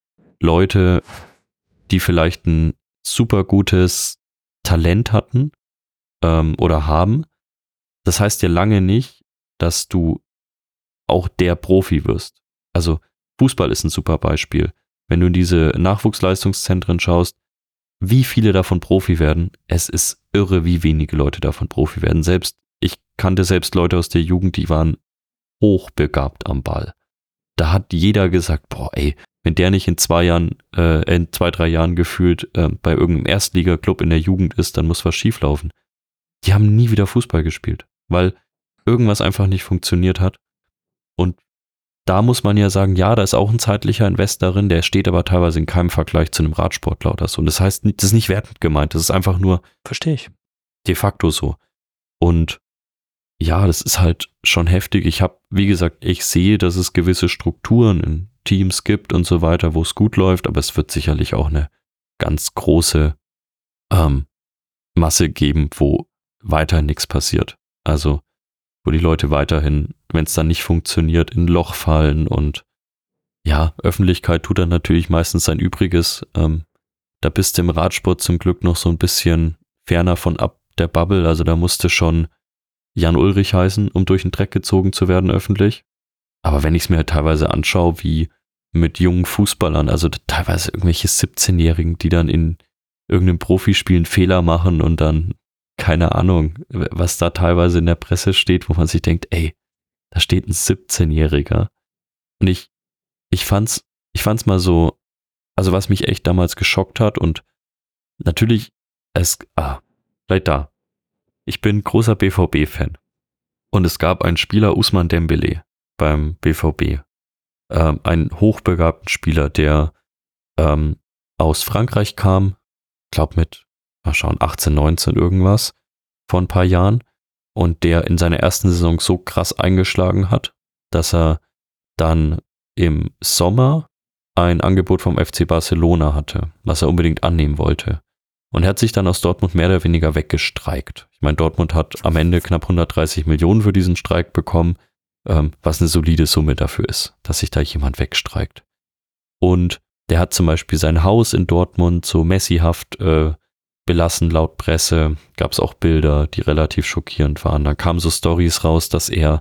Leute, die vielleicht ein super gutes Talent hatten ähm, oder haben, das heißt ja lange nicht, dass du auch der Profi wirst. Also Fußball ist ein super Beispiel. Wenn du in diese Nachwuchsleistungszentren schaust, wie viele davon Profi werden, es ist irre, wie wenige Leute davon Profi werden. Selbst, ich kannte selbst Leute aus der Jugend, die waren hochbegabt am Ball. Da hat jeder gesagt, boah ey, wenn der nicht in zwei Jahren, äh, in zwei, drei Jahren gefühlt äh, bei irgendeinem Erstligaklub in der Jugend ist, dann muss was schieflaufen. Die haben nie wieder Fußball gespielt, weil irgendwas einfach nicht funktioniert hat. Und da muss man ja sagen, ja, da ist auch ein zeitlicher Invest darin, der steht aber teilweise in keinem Vergleich zu einem Radsportler oder so. Und das heißt, das ist nicht wertend gemeint, das ist einfach nur verstehe ich. De facto so. Und ja, das ist halt schon heftig. Ich habe, wie gesagt, ich sehe, dass es gewisse Strukturen in Teams gibt und so weiter, wo es gut läuft, aber es wird sicherlich auch eine ganz große ähm, Masse geben, wo weiterhin nichts passiert. Also wo die Leute weiterhin, wenn es dann nicht funktioniert, in ein Loch fallen und ja, Öffentlichkeit tut dann natürlich meistens sein Übriges. Ähm, da bist du im Radsport zum Glück noch so ein bisschen ferner von ab der Bubble. Also da musste schon Jan Ullrich heißen, um durch den Dreck gezogen zu werden öffentlich. Aber wenn ich es mir halt teilweise anschaue, wie mit jungen Fußballern, also teilweise irgendwelche siebzehnjährigen, die dann in irgendeinem Profispiel einen Fehler machen und dann, keine Ahnung, was da teilweise in der Presse steht, wo man sich denkt, ey, da steht ein siebzehnjähriger. Und ich, ich fand's, ich fand's mal so, also was mich echt damals geschockt hat und natürlich, es, ah, vielleicht da. Ich bin großer B V B-Fan. Und es gab einen Spieler, Ousmane Dembélé, beim B V B. Ähm, einen hochbegabten Spieler, der ähm, aus Frankreich kam, glaube mit, mal schauen, achtzehn, neunzehn irgendwas, vor ein paar Jahren. Und der in seiner ersten Saison so krass eingeschlagen hat, dass er dann im Sommer ein Angebot vom F C Barcelona hatte, was er unbedingt annehmen wollte. Und er hat sich dann aus Dortmund mehr oder weniger weggestreikt. Ich meine, Dortmund hat am Ende knapp hundertdreißig Millionen für diesen Streik bekommen, ähm, was eine solide Summe dafür ist, dass sich da jemand wegstreikt. Und der hat zum Beispiel sein Haus in Dortmund so Messi-haft äh, belassen, laut Presse. Gab es auch Bilder, die relativ schockierend waren. Da kamen so Storys raus, dass er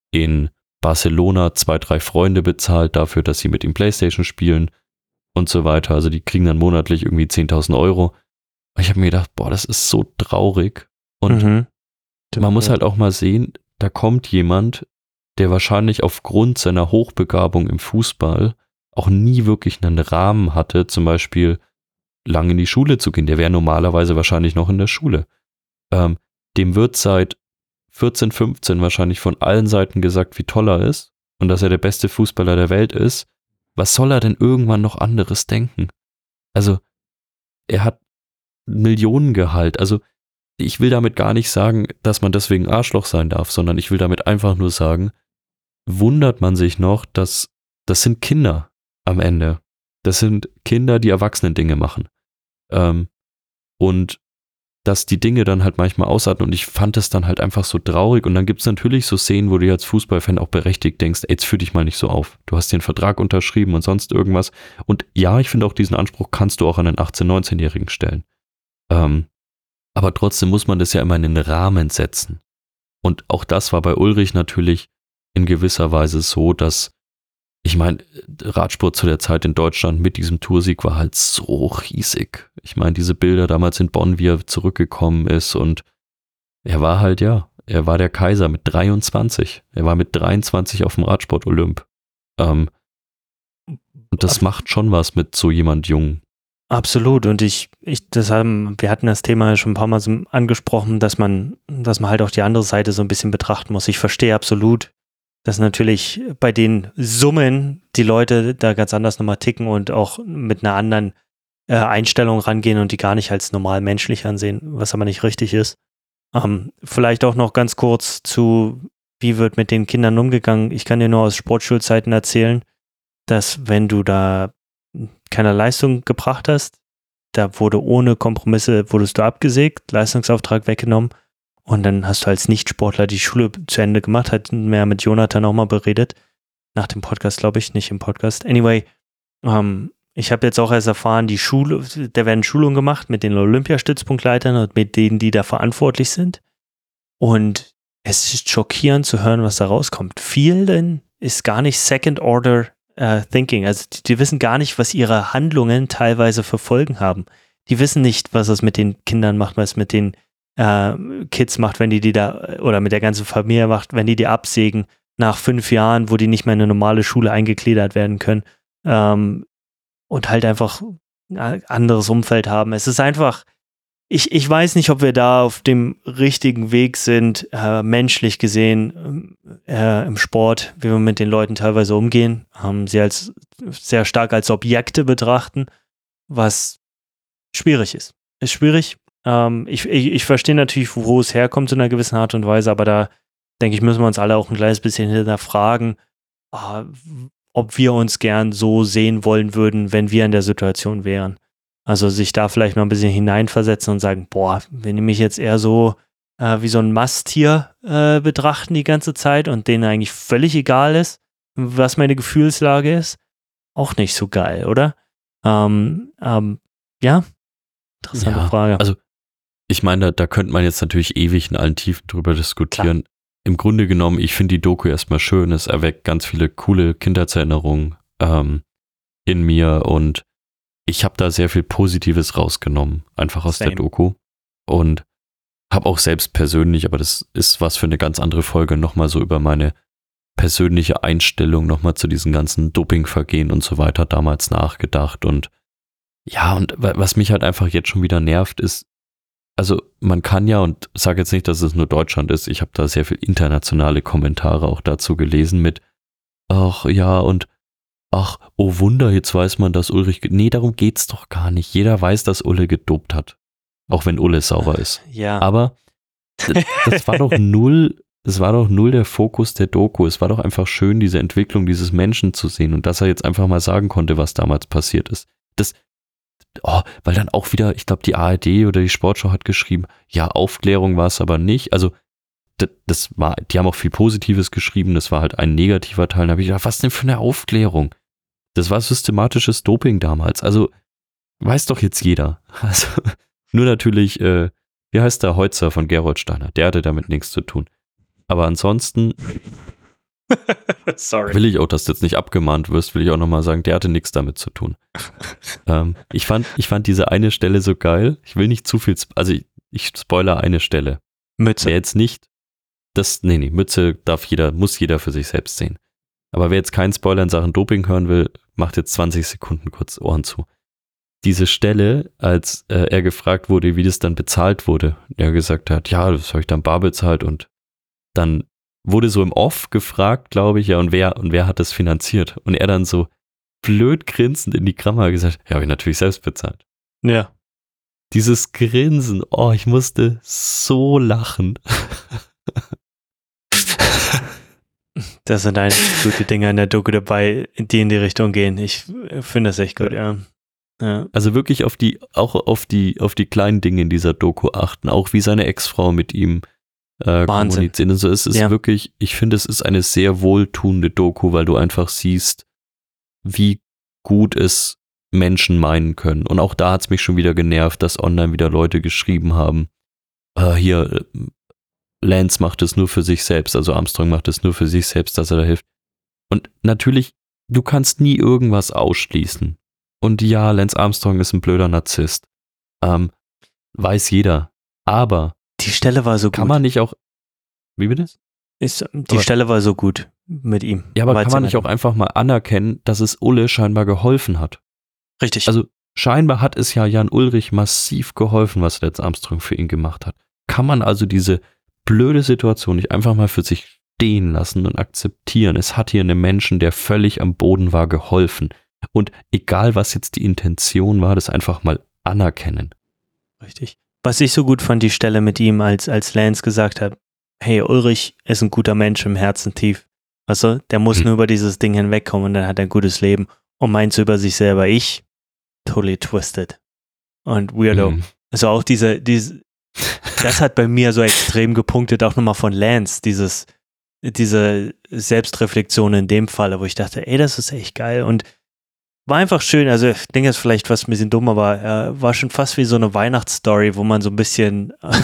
in Barcelona zwei, drei Freunde bezahlt dafür, dass sie mit ihm Playstation spielen und so weiter. Also die kriegen dann monatlich irgendwie zehntausend Euro. Ich habe mir gedacht, boah, das ist so traurig. Und Mhm. man muss halt auch mal sehen, da kommt jemand, der wahrscheinlich aufgrund seiner Hochbegabung im Fußball auch nie wirklich einen Rahmen hatte, zum Beispiel lang in die Schule zu gehen. Der wäre normalerweise wahrscheinlich noch in der Schule. Ähm, dem wird seit vierzehn, fünfzehn wahrscheinlich von allen Seiten gesagt, wie toll er ist und dass er der beste Fußballer der Welt ist. Was soll er denn irgendwann noch anderes denken? Also, er hat Millionengehalt. Also, ich will damit gar nicht sagen, dass man deswegen Arschloch sein darf, sondern ich will damit einfach nur sagen, wundert man sich noch, dass das sind Kinder am Ende. Das sind Kinder, die Erwachsenen-Dinge machen. Ähm, und dass die Dinge dann halt manchmal ausarten und ich fand es dann halt einfach so traurig und dann gibt es natürlich so Szenen, wo du als Fußballfan auch berechtigt denkst, ey, jetzt führ dich mal nicht so auf. Du hast den Vertrag unterschrieben und sonst irgendwas und ja, ich finde auch diesen Anspruch kannst du auch an einen achtzehn-, neunzehnjährigen stellen. Ähm, aber trotzdem muss man das ja immer in den Rahmen setzen. Und auch das war bei Ullrich natürlich in gewisser Weise so, dass ich meine, Radsport zu der Zeit in Deutschland mit diesem Toursieg war halt so riesig. Ich meine, diese Bilder damals in Bonn, wie er zurückgekommen ist und er war halt, ja, er war der Kaiser mit dreiundzwanzig. Er war mit dreiundzwanzig auf dem Radsport-Olymp. Ähm, und das macht schon was mit so jemand jung. Absolut. Und ich, ich, das haben, wir hatten das Thema schon ein paar Mal so angesprochen, dass man, dass man halt auch die andere Seite so ein bisschen betrachten muss. Ich verstehe absolut, dass natürlich bei den Summen die Leute da ganz anders nochmal ticken und auch mit einer anderen äh, Einstellung rangehen und die gar nicht als normal menschlich ansehen, was aber nicht richtig ist. Ähm, vielleicht auch noch ganz kurz zu, wie wird mit den Kindern umgegangen. Ich kann dir nur aus Sportschulzeiten erzählen, dass wenn du da keine Leistung gebracht hast, da wurde ohne Kompromisse, wurdest du abgesägt, Leistungsauftrag weggenommen. Und dann hast du als Nichtsportler die Schule zu Ende gemacht, hat mehr mit Jonathan auch mal beredet. Nach dem Podcast, glaube ich, nicht im Podcast. Anyway, ähm, ich habe jetzt auch erst erfahren, die Schule, da werden Schulungen gemacht mit den Olympiastützpunktleitern und mit denen, die da verantwortlich sind. Und es ist schockierend zu hören, was da rauskommt. Vielen ist gar nicht Second Order uh, Thinking. Also die, die wissen gar nicht, was ihre Handlungen teilweise für Folgen haben. Die wissen nicht, was es mit den Kindern macht, was es mit den Kids macht, wenn die die da, oder mit der ganzen Familie macht, wenn die die absägen nach fünf Jahren, wo die nicht mehr in eine normale Schule eingegliedert werden können ähm, und halt einfach ein anderes Umfeld haben. Es ist einfach, ich, ich weiß nicht, ob wir da auf dem richtigen Weg sind, äh, menschlich gesehen, äh, im Sport, wie wir mit den Leuten teilweise umgehen, ähm, sie als sehr stark als Objekte betrachten, was schwierig ist. Ist schwierig. Ähm, ich, ich, ich verstehe natürlich, wo es herkommt in einer gewissen Art und Weise, aber da denke ich, müssen wir uns alle auch ein kleines bisschen hinterfragen, äh, ob wir uns gern so sehen wollen würden, wenn wir in der Situation wären. Also sich da vielleicht mal ein bisschen hineinversetzen und sagen, boah, wenn die mich jetzt eher so äh, wie so ein Masttier äh, betrachten die ganze Zeit und denen eigentlich völlig egal ist, was meine Gefühlslage ist, auch nicht so geil, oder? Ähm, ähm, ja, interessante Ja, Frage. Also ich meine, da, da könnte man jetzt natürlich ewig in allen Tiefen drüber diskutieren. Klar. Im Grunde genommen, ich finde die Doku erstmal schön, es erweckt ganz viele coole Kindheitserinnerungen ähm, in mir und ich habe da sehr viel Positives rausgenommen, einfach aus Same. der Doku und habe auch selbst persönlich, aber das ist was für eine ganz andere Folge, nochmal so über meine persönliche Einstellung nochmal zu diesen ganzen Dopingvergehen und so weiter damals nachgedacht und ja, und was mich halt einfach jetzt schon wieder nervt, ist, also man kann ja, und sage jetzt nicht, dass es nur Deutschland ist, ich habe da sehr viel internationale Kommentare auch dazu gelesen mit, ach ja, und ach, oh Wunder, jetzt weiß man, dass Ulrich, nee, darum geht's doch gar nicht. Jeder weiß, dass Ulle gedopt hat. Auch wenn Ulle sauber ist. Ja. Aber das, das war doch null, das war doch null der Fokus der Doku. Es war doch einfach schön, diese Entwicklung dieses Menschen zu sehen und dass er jetzt einfach mal sagen konnte, was damals passiert ist. Das, oh, weil dann auch wieder, ich glaube, die A R D oder die Sportschau hat geschrieben, ja, Aufklärung war es aber nicht. Also das, das war, die haben auch viel Positives geschrieben, das war halt ein negativer Teil. Da habe ich gedacht, was denn für eine Aufklärung? Das war systematisches Doping damals. Also weiß doch jetzt jeder. Also nur natürlich, äh, wie heißt der Heutzer von Gerold Steiner? Der hatte damit nichts zu tun. Aber ansonsten Sorry. will ich auch, dass du jetzt nicht abgemahnt wirst, will ich auch nochmal sagen, der hatte nichts damit zu tun. ähm, ich fand, ich fand diese eine Stelle so geil. Ich will nicht zu viel, sp- also ich, ich spoiler eine Stelle. Mütze. Wer jetzt nicht, das, nee, nee, Mütze darf jeder, muss jeder für sich selbst sehen. Aber wer jetzt keinen Spoiler in Sachen Doping hören will, macht jetzt zwanzig Sekunden kurz Ohren zu. Diese Stelle, als äh, er gefragt wurde, wie das dann bezahlt wurde, er gesagt hat, ja, das habe ich dann bar bezahlt und dann wurde so im Off gefragt, glaube ich, ja, und wer, und wer hat das finanziert? Und er dann so blöd grinsend in die Kamera gesagt, ja, habe ich natürlich selbst bezahlt. Ja. Dieses Grinsen, oh, ich musste so lachen. Das sind einige gute Dinge in der Doku dabei, die in die Richtung gehen. Ich finde das echt gut, ja. ja. Also wirklich auf die, auch auf die, auf die kleinen Dinge in dieser Doku achten, auch wie seine Ex-Frau mit ihm äh, kommuniziert. Also es ist ja. wirklich, ich finde, es ist eine sehr wohltuende Doku, weil du einfach siehst, wie gut es Menschen meinen können. Und auch da hat es mich schon wieder genervt, dass online wieder Leute geschrieben haben, äh, hier, Lance macht es nur für sich selbst, also Armstrong macht es nur für sich selbst, dass er da hilft. Und natürlich, du kannst nie irgendwas ausschließen. Und ja, Lance Armstrong ist ein blöder Narzisst. Ähm, weiß jeder. Aber die Stelle war so gut. Kann man nicht auch, wie bitte? Ist, die aber, Stelle war so gut mit ihm. Ja, aber kann man nicht auch einfach mal anerkennen, dass es Ulle scheinbar geholfen hat? Richtig. Also scheinbar hat es ja Jan Ulrich massiv geholfen, was Lance Armstrong für ihn gemacht hat. Kann man also diese blöde Situation nicht einfach mal für sich stehen lassen und akzeptieren? Es hat hier einem Menschen, der völlig am Boden war, geholfen. Und egal, was jetzt die Intention war, das einfach mal anerkennen. Richtig. Was ich so gut fand, die Stelle mit ihm, als, als Lance gesagt hat, hey, Ulrich ist ein guter Mensch im Herzen tief. Weißt du, der muss hm. nur über dieses Ding hinwegkommen und dann hat er ein gutes Leben. Und meint so über sich selber, ich, totally twisted. Und weirdo. Hm. Also auch diese, diese, das hat bei mir so extrem gepunktet, auch nochmal von Lance, dieses, diese Selbstreflexion in dem Falle, wo ich dachte, ey, das ist echt geil und war einfach schön, also ich denke, es ist vielleicht fast ein bisschen dumm, aber äh, war schon fast wie so eine Weihnachtsstory, wo man so ein bisschen äh,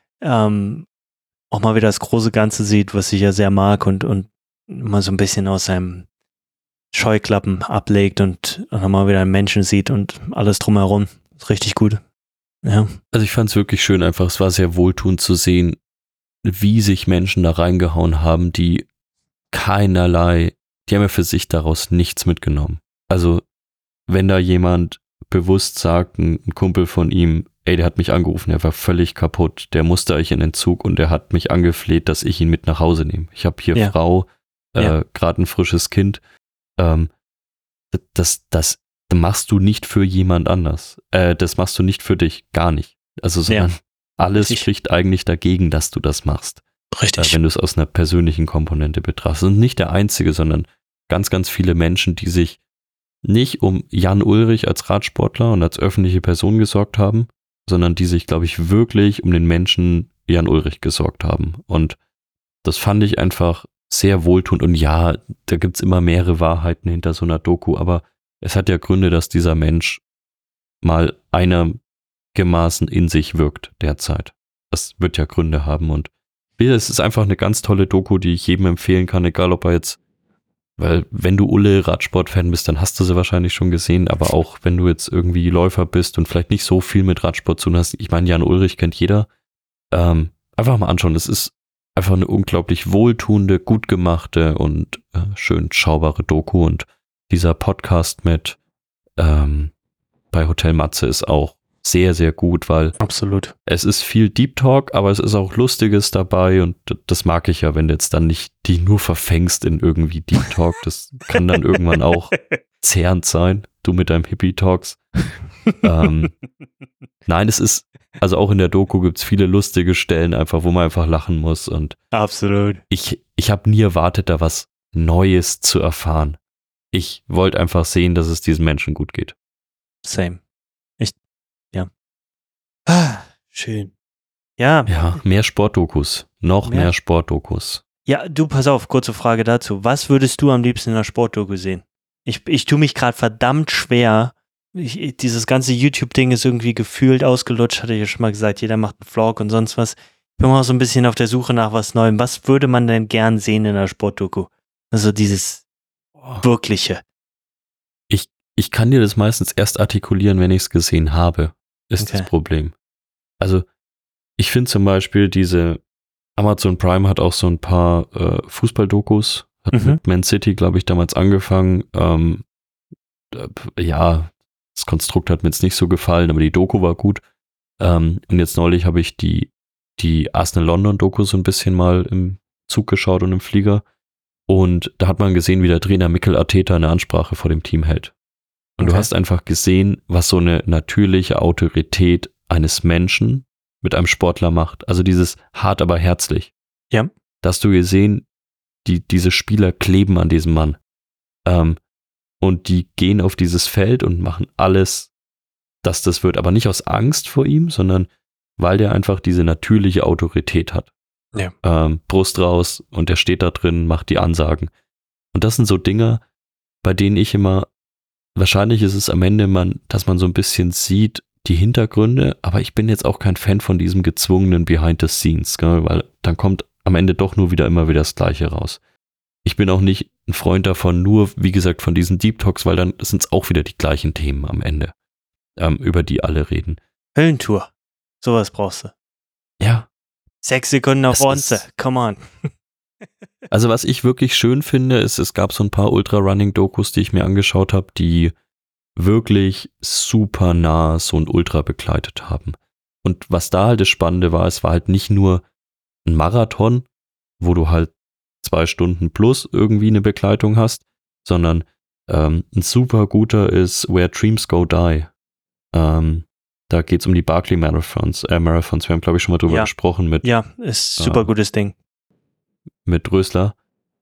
ähm, auch mal wieder das große Ganze sieht, was ich ja sehr mag und, und mal so ein bisschen aus seinem Scheuklappen ablegt und dann mal wieder einen Menschen sieht und alles drumherum. Ist richtig gut. Ja. Also ich fand es wirklich schön einfach, es war sehr wohltuend zu sehen, wie sich Menschen da reingehauen haben, die keinerlei, die haben ja für sich daraus nichts mitgenommen. Also wenn da jemand bewusst sagt, ein, ein Kumpel von ihm, ey, der hat mich angerufen, der war völlig kaputt, der musste eigentlich in den Zug und der hat mich angefleht, dass ich ihn mit nach Hause nehme. Ich habe hier ja. Frau, äh, ja. gerade ein frisches Kind. Ähm, das, das machst du nicht für jemand anders. Äh, das machst du nicht für dich, gar nicht. Also sondern ja. alles Richtig. Spricht eigentlich dagegen, dass du das machst. Richtig. Äh, wenn du es aus einer persönlichen Komponente betrachtest. Und nicht der Einzige, sondern ganz, ganz viele Menschen, die sich nicht um Jan Ulrich als Radsportler und als öffentliche Person gesorgt haben, sondern die sich, glaube ich, wirklich um den Menschen Jan Ulrich gesorgt haben. Und das fand ich einfach sehr wohltuend. Und ja, da gibt es immer mehrere Wahrheiten hinter so einer Doku, aber es hat ja Gründe, dass dieser Mensch mal einigermaßen in sich wirkt derzeit. Das wird ja Gründe haben und es ist einfach eine ganz tolle Doku, die ich jedem empfehlen kann, egal ob er jetzt, weil wenn du Ulle Radsport-Fan bist, dann hast du sie wahrscheinlich schon gesehen, aber auch wenn du jetzt irgendwie Läufer bist und vielleicht nicht so viel mit Radsport zu tun hast, ich meine, Jan Ullrich kennt jeder, ähm, einfach mal anschauen, es ist einfach eine unglaublich wohltuende, gut gemachte und äh, schön schaubare Doku und dieser Podcast mit ähm, bei Hotel Matze ist auch sehr, sehr gut, weil absolut. Es ist viel Deep Talk, aber es ist auch Lustiges dabei und das mag ich ja, wenn du jetzt dann nicht die nur verfängst in irgendwie Deep Talk. Das kann dann irgendwann auch zehrend sein, du mit deinem Hippie-Talks. ähm, nein, es ist, also auch in der Doku gibt es viele lustige Stellen einfach, wo man einfach lachen muss und absolut. Ich, ich habe nie erwartet, da was Neues zu erfahren. Ich wollte einfach sehen, dass es diesen Menschen gut geht. Same. Ich, ja. Ah, schön. Ja. Ja, mehr Sportdokus. Noch mehr, mehr Sportdokus. Ja, du, pass auf, kurze Frage dazu. Was würdest du am liebsten in einer Sportdoku sehen? Ich, ich tue mich gerade verdammt schwer. Ich, dieses ganze YouTube-Ding ist irgendwie gefühlt ausgelutscht, hatte ich ja schon mal gesagt. Jeder macht einen Vlog und sonst was. Ich bin mal so ein bisschen auf der Suche nach was Neuem. Was würde man denn gern sehen in einer Sportdoku? Also dieses Wirkliche. Ich, ich kann dir das meistens erst artikulieren, wenn ich es gesehen habe, ist okay. Das Problem. Also ich finde zum Beispiel diese Amazon Prime hat auch so ein paar äh, Fußball-Dokus, hat mhm. mit Man City, glaube ich, damals angefangen. Ähm, äh, ja, das Konstrukt hat mir jetzt nicht so gefallen, aber die Doku war gut. Ähm, und jetzt neulich habe ich die, die Arsenal-London-Doku so ein bisschen mal im Zug geschaut und im Flieger. Und da hat man gesehen, wie der Trainer Mikel Arteta eine Ansprache vor dem Team hält. Und okay. Du hast einfach gesehen, was so eine natürliche Autorität eines Menschen mit einem Sportler macht. Also dieses hart, aber herzlich. Ja. Da hast du gesehen, die, diese Spieler kleben an diesem Mann. Ähm, und die gehen auf dieses Feld und machen alles, dass das wird. Aber nicht aus Angst vor ihm, sondern weil der einfach diese natürliche Autorität hat. Ja. Ähm, Brust raus und der steht da drin, macht die Ansagen. Und das sind so Dinge, bei denen ich immer, wahrscheinlich ist es am Ende, man, dass man so ein bisschen sieht, die Hintergründe, aber ich bin jetzt auch kein Fan von diesem gezwungenen Behind the Scenes, gell, weil dann kommt am Ende doch nur wieder immer wieder das Gleiche raus. Ich bin auch nicht ein Freund davon, nur, wie gesagt, von diesen Deep Talks, weil dann sind es auch wieder die gleichen Themen am Ende, ähm, über die alle reden. Höllentour, sowas brauchst du. Ja. Sechs Sekunden auf Onze, come on. Also was ich wirklich schön finde, ist, es gab so ein paar Ultra-Running-Dokus, die ich mir angeschaut habe, die wirklich super nah so ein Ultra begleitet haben. Und was da halt das Spannende war, es war halt nicht nur ein Marathon, wo du halt zwei Stunden plus irgendwie eine Begleitung hast, sondern ähm, ein super guter ist Where Dreams Go Die. Ähm, da geht es um die Barkley Marathons. Äh, Marathons. Wir haben, glaube ich, schon mal drüber ja. gesprochen. Mit, ja, ist super äh, gutes Ding. Mit Rösler.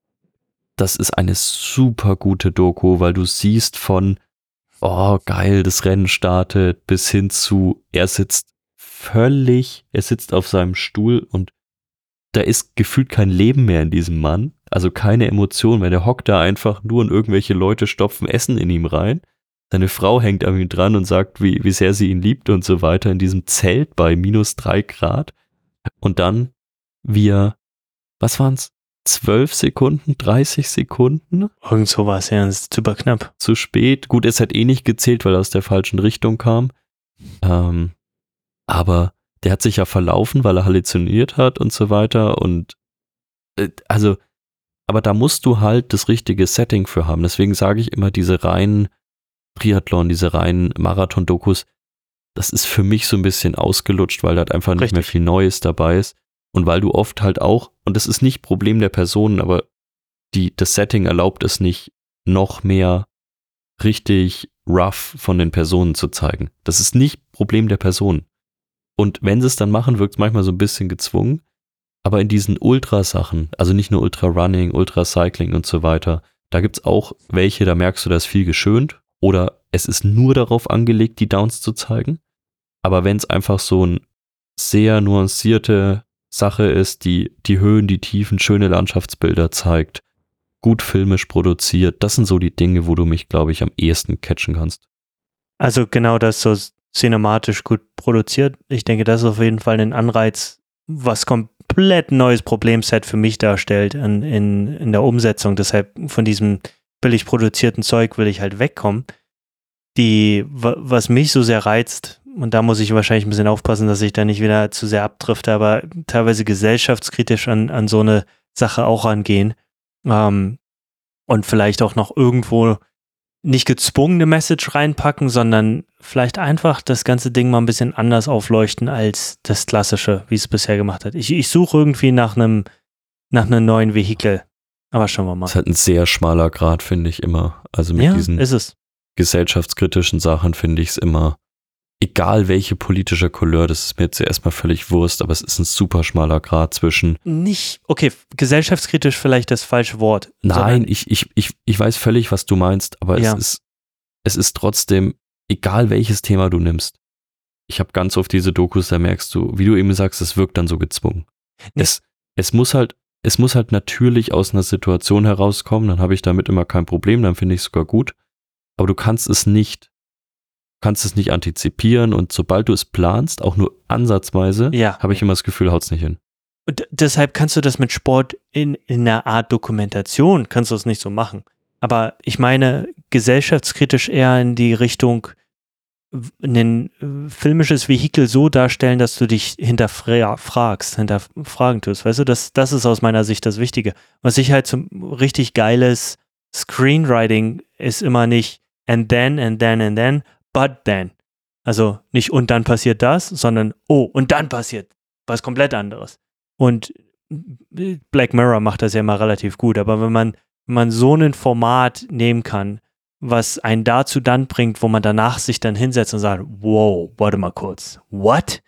Das ist eine super gute Doku, weil du siehst von oh, geil, das Rennen startet, bis hin zu, er sitzt völlig, er sitzt auf seinem Stuhl und da ist gefühlt kein Leben mehr in diesem Mann, also keine Emotion mehr, der hockt da einfach nur und irgendwelche Leute stopfen Essen in ihm rein. Seine Frau hängt an ihm dran und sagt, wie, wie sehr sie ihn liebt und so weiter, in diesem Zelt bei minus drei Grad. Und dann, wie er, was waren's? zwölf Sekunden, dreißig Sekunden. Irgend so war es, ja, das ist super knapp. Zu spät. Gut, es hat eh nicht gezählt, weil er aus der falschen Richtung kam. Ähm, aber der hat sich ja verlaufen, weil er halluziniert hat und so weiter. Und äh, also, aber da musst du halt das richtige Setting für haben. Deswegen sage ich immer, diese reinen Triathlon, diese reinen Marathon-Dokus, das ist für mich so ein bisschen ausgelutscht, weil da halt einfach nicht Richtig. mehr viel Neues dabei ist. Und weil du oft halt auch, und das ist nicht Problem der Personen, aber die, das Setting erlaubt es nicht, noch mehr richtig rough von den Personen zu zeigen. Das ist nicht Problem der Personen. Und wenn sie es dann machen, wirkt es manchmal so ein bisschen gezwungen. Aber in diesen Ultrasachen, also nicht nur Ultra-Running, Ultra-Cycling und so weiter, da gibt es auch welche, da merkst du, da ist viel geschönt. Oder es ist nur darauf angelegt, die Downs zu zeigen. Aber wenn es einfach so ein sehr nuancierte Sache ist, die die Höhen, die Tiefen, schöne Landschaftsbilder zeigt, gut filmisch produziert. Das sind so die Dinge, wo du mich, glaube ich, am ehesten catchen kannst. Also genau das so cinematisch gut produziert. Ich denke, das ist auf jeden Fall ein Anreiz, was komplett neues Problemset für mich darstellt in, in, in der Umsetzung. Deshalb von diesem billig produzierten Zeug will ich halt wegkommen. Die, was mich so sehr reizt, und da muss ich wahrscheinlich ein bisschen aufpassen, dass ich da nicht wieder zu sehr abdrifte, aber teilweise gesellschaftskritisch an, an so eine Sache auch rangehen ähm, und vielleicht auch noch irgendwo nicht gezwungene Message reinpacken, sondern vielleicht einfach das ganze Ding mal ein bisschen anders aufleuchten als das Klassische, wie es bisher gemacht hat. Ich, ich suche irgendwie nach einem nach einem neuen Vehikel, aber schauen wir mal. Das ist halt ein sehr schmaler Grad, finde ich immer. Also mit ja, diesen ist es. gesellschaftskritischen Sachen finde ich es immer, egal welche politische Couleur, das ist mir jetzt erstmal völlig Wurst, aber es ist ein super schmaler Grad zwischen. Nicht, okay, gesellschaftskritisch vielleicht das falsche Wort. Nein, ich, ich, ich, ich weiß völlig, was du meinst, aber ja. es ist, es ist trotzdem, egal welches Thema du nimmst. Ich habe ganz oft diese Dokus, da merkst du, wie du eben sagst, es wirkt dann so gezwungen. Nee. Es, es muss halt, es muss halt natürlich aus einer Situation herauskommen, dann habe ich damit immer kein Problem, dann finde ich es sogar gut. Aber du kannst es nicht, kannst es nicht antizipieren und sobald du es planst, auch nur ansatzweise, ja. habe ich immer das Gefühl, haut's nicht hin. Und deshalb kannst du das mit Sport in, in einer Art Dokumentation, kannst du es nicht so machen. Aber ich meine, gesellschaftskritisch eher in die Richtung, ein filmisches Vehikel so darstellen, dass du dich hinterfragst, hinterfragen tust. Weißt du, das, das ist aus meiner Sicht das Wichtige. Was ich halt zum richtig geiles Screenwriting ist immer nicht and then, and then, and then, but then. Also nicht und dann passiert das, sondern oh, und dann passiert was komplett anderes. Und Black Mirror macht das ja immer relativ gut, aber wenn man, wenn man so ein Format nehmen kann, was einen dazu dann bringt, wo man danach sich dann hinsetzt und sagt, wow, warte mal kurz, what?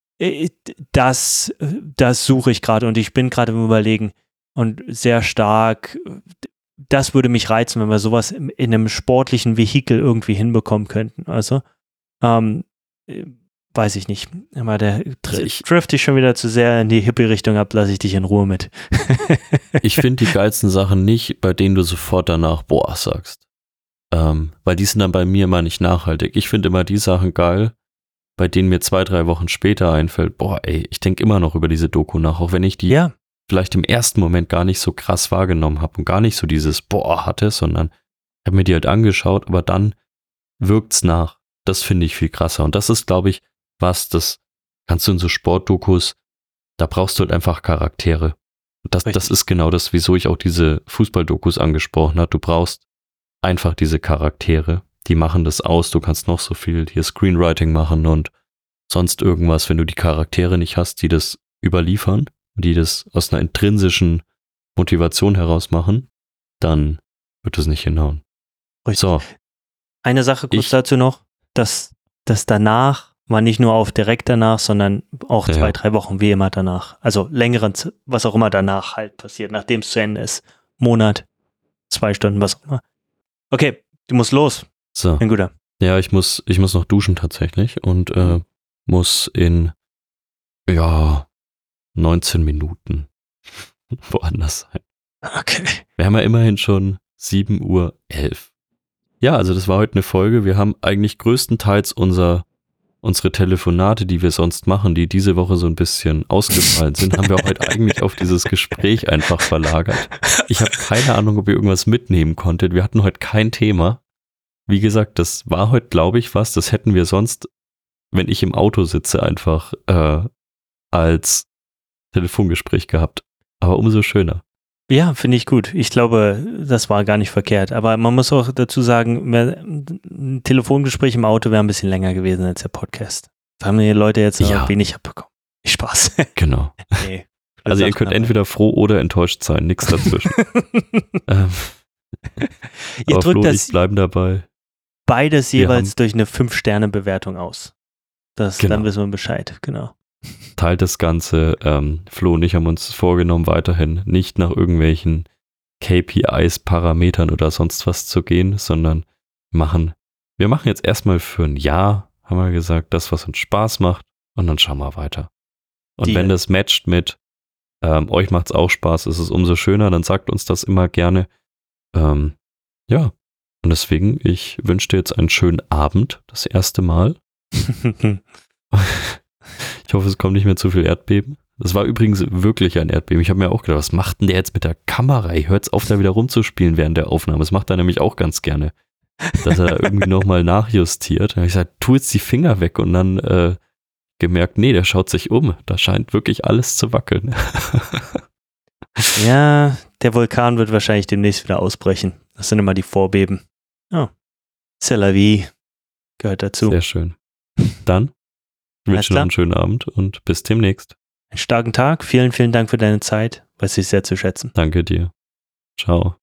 Das, das suche ich gerade und ich bin gerade im Überlegen und sehr stark, das würde mich reizen, wenn wir sowas in einem sportlichen Vehikel irgendwie hinbekommen könnten. Also, ähm, weiß ich nicht. Aber der Also ich, drift ich schon wieder zu sehr in die Hippie-Richtung ab, lasse ich dich in Ruhe mit. Ich finde die geilsten Sachen nicht, bei denen du sofort danach boah sagst. Ähm, weil die sind dann bei mir immer nicht nachhaltig. Ich finde immer die Sachen geil, bei denen mir zwei, drei Wochen später einfällt, boah ey, ich denke immer noch über diese Doku nach, auch wenn ich die ja. vielleicht im ersten Moment gar nicht so krass wahrgenommen habe und gar nicht so dieses boah hatte, sondern ich habe mir die halt angeschaut, aber dann wirkt's nach. Das finde ich viel krasser. Und das ist, glaube ich, was, das kannst du in so Sportdokus, da brauchst du halt einfach Charaktere. Das, das ist genau das, wieso ich auch diese Fußballdokus angesprochen habe. Du brauchst einfach diese Charaktere, die machen das aus. Du kannst noch so viel hier Screenwriting machen und sonst irgendwas, wenn du die Charaktere nicht hast, die das überliefern, die das aus einer intrinsischen Motivation heraus machen, dann wird es nicht hinhauen. Richtig. So. Eine Sache kurz ich, dazu noch, dass das danach war nicht nur auf direkt danach, sondern auch ja, zwei, ja. drei Wochen, wie immer danach. Also längeren, was auch immer danach halt passiert, nachdem es zu Ende ist. Monat, zwei Stunden, was auch immer. Okay, du musst los. So. Ein guter. Ja, ich muss, ich muss noch duschen tatsächlich und äh, muss in, ja, neunzehn Minuten woanders sein. Okay. Wir haben ja immerhin schon sieben Uhr elf. Ja, also das war heute eine Folge. Wir haben eigentlich größtenteils unser, unsere Telefonate, die wir sonst machen, die diese Woche so ein bisschen ausgefallen sind, haben wir heute eigentlich auf dieses Gespräch einfach verlagert. Ich habe keine Ahnung, ob ihr irgendwas mitnehmen konntet. Wir hatten heute kein Thema. Wie gesagt, das war heute, glaube ich, was. Das hätten wir sonst, wenn ich im Auto sitze, einfach äh, als Telefongespräch gehabt. Aber umso schöner. Ja, finde ich gut. Ich glaube, das war gar nicht verkehrt. Aber man muss auch dazu sagen, ein Telefongespräch im Auto wäre ein bisschen länger gewesen als der Podcast. Da haben die Leute jetzt ja. wenig abbekommen. Spaß. Genau. Nee, also ihr könnt entweder froh oder enttäuscht sein. Nichts dazwischen. ähm, ihr aber drückt Flo, das ich bleiben dabei. Beides Wir jeweils haben, durch eine fünf Sterne Bewertung aus. Das, genau. Dann wissen wir Bescheid. Genau. Teilt das Ganze. Ähm, Flo und ich haben uns vorgenommen, weiterhin nicht nach irgendwelchen K P Is, Parametern oder sonst was zu gehen, sondern machen, wir machen jetzt erstmal für ein Jahr, haben wir gesagt, das, was uns Spaß macht, und dann schauen wir weiter. Und Die, wenn das matcht mit, ähm, euch macht's auch Spaß, ist es umso schöner, dann sagt uns das immer gerne. Ähm, ja, und deswegen, ich wünsche dir jetzt einen schönen Abend, das erste Mal. Ich hoffe, es kommt nicht mehr zu viel Erdbeben. Das war übrigens wirklich ein Erdbeben. Ich habe mir auch gedacht, was macht denn der jetzt mit der Kamera? Hört's auf, da wieder rumzuspielen während der Aufnahme. Das macht er nämlich auch ganz gerne. Dass er da irgendwie nochmal nachjustiert. Da habe ich gesagt, tu jetzt die Finger weg und dann äh, gemerkt, nee, der schaut sich um. Da scheint wirklich alles zu wackeln. Ja, der Vulkan wird wahrscheinlich demnächst wieder ausbrechen. Das sind immer die Vorbeben. Oh, c'est la vie. Gehört dazu. Sehr schön. Dann wünsche noch einen schönen Abend und bis demnächst. Einen starken Tag. Vielen, vielen Dank für deine Zeit. Weiß ich sehr zu schätzen. Danke dir. Ciao.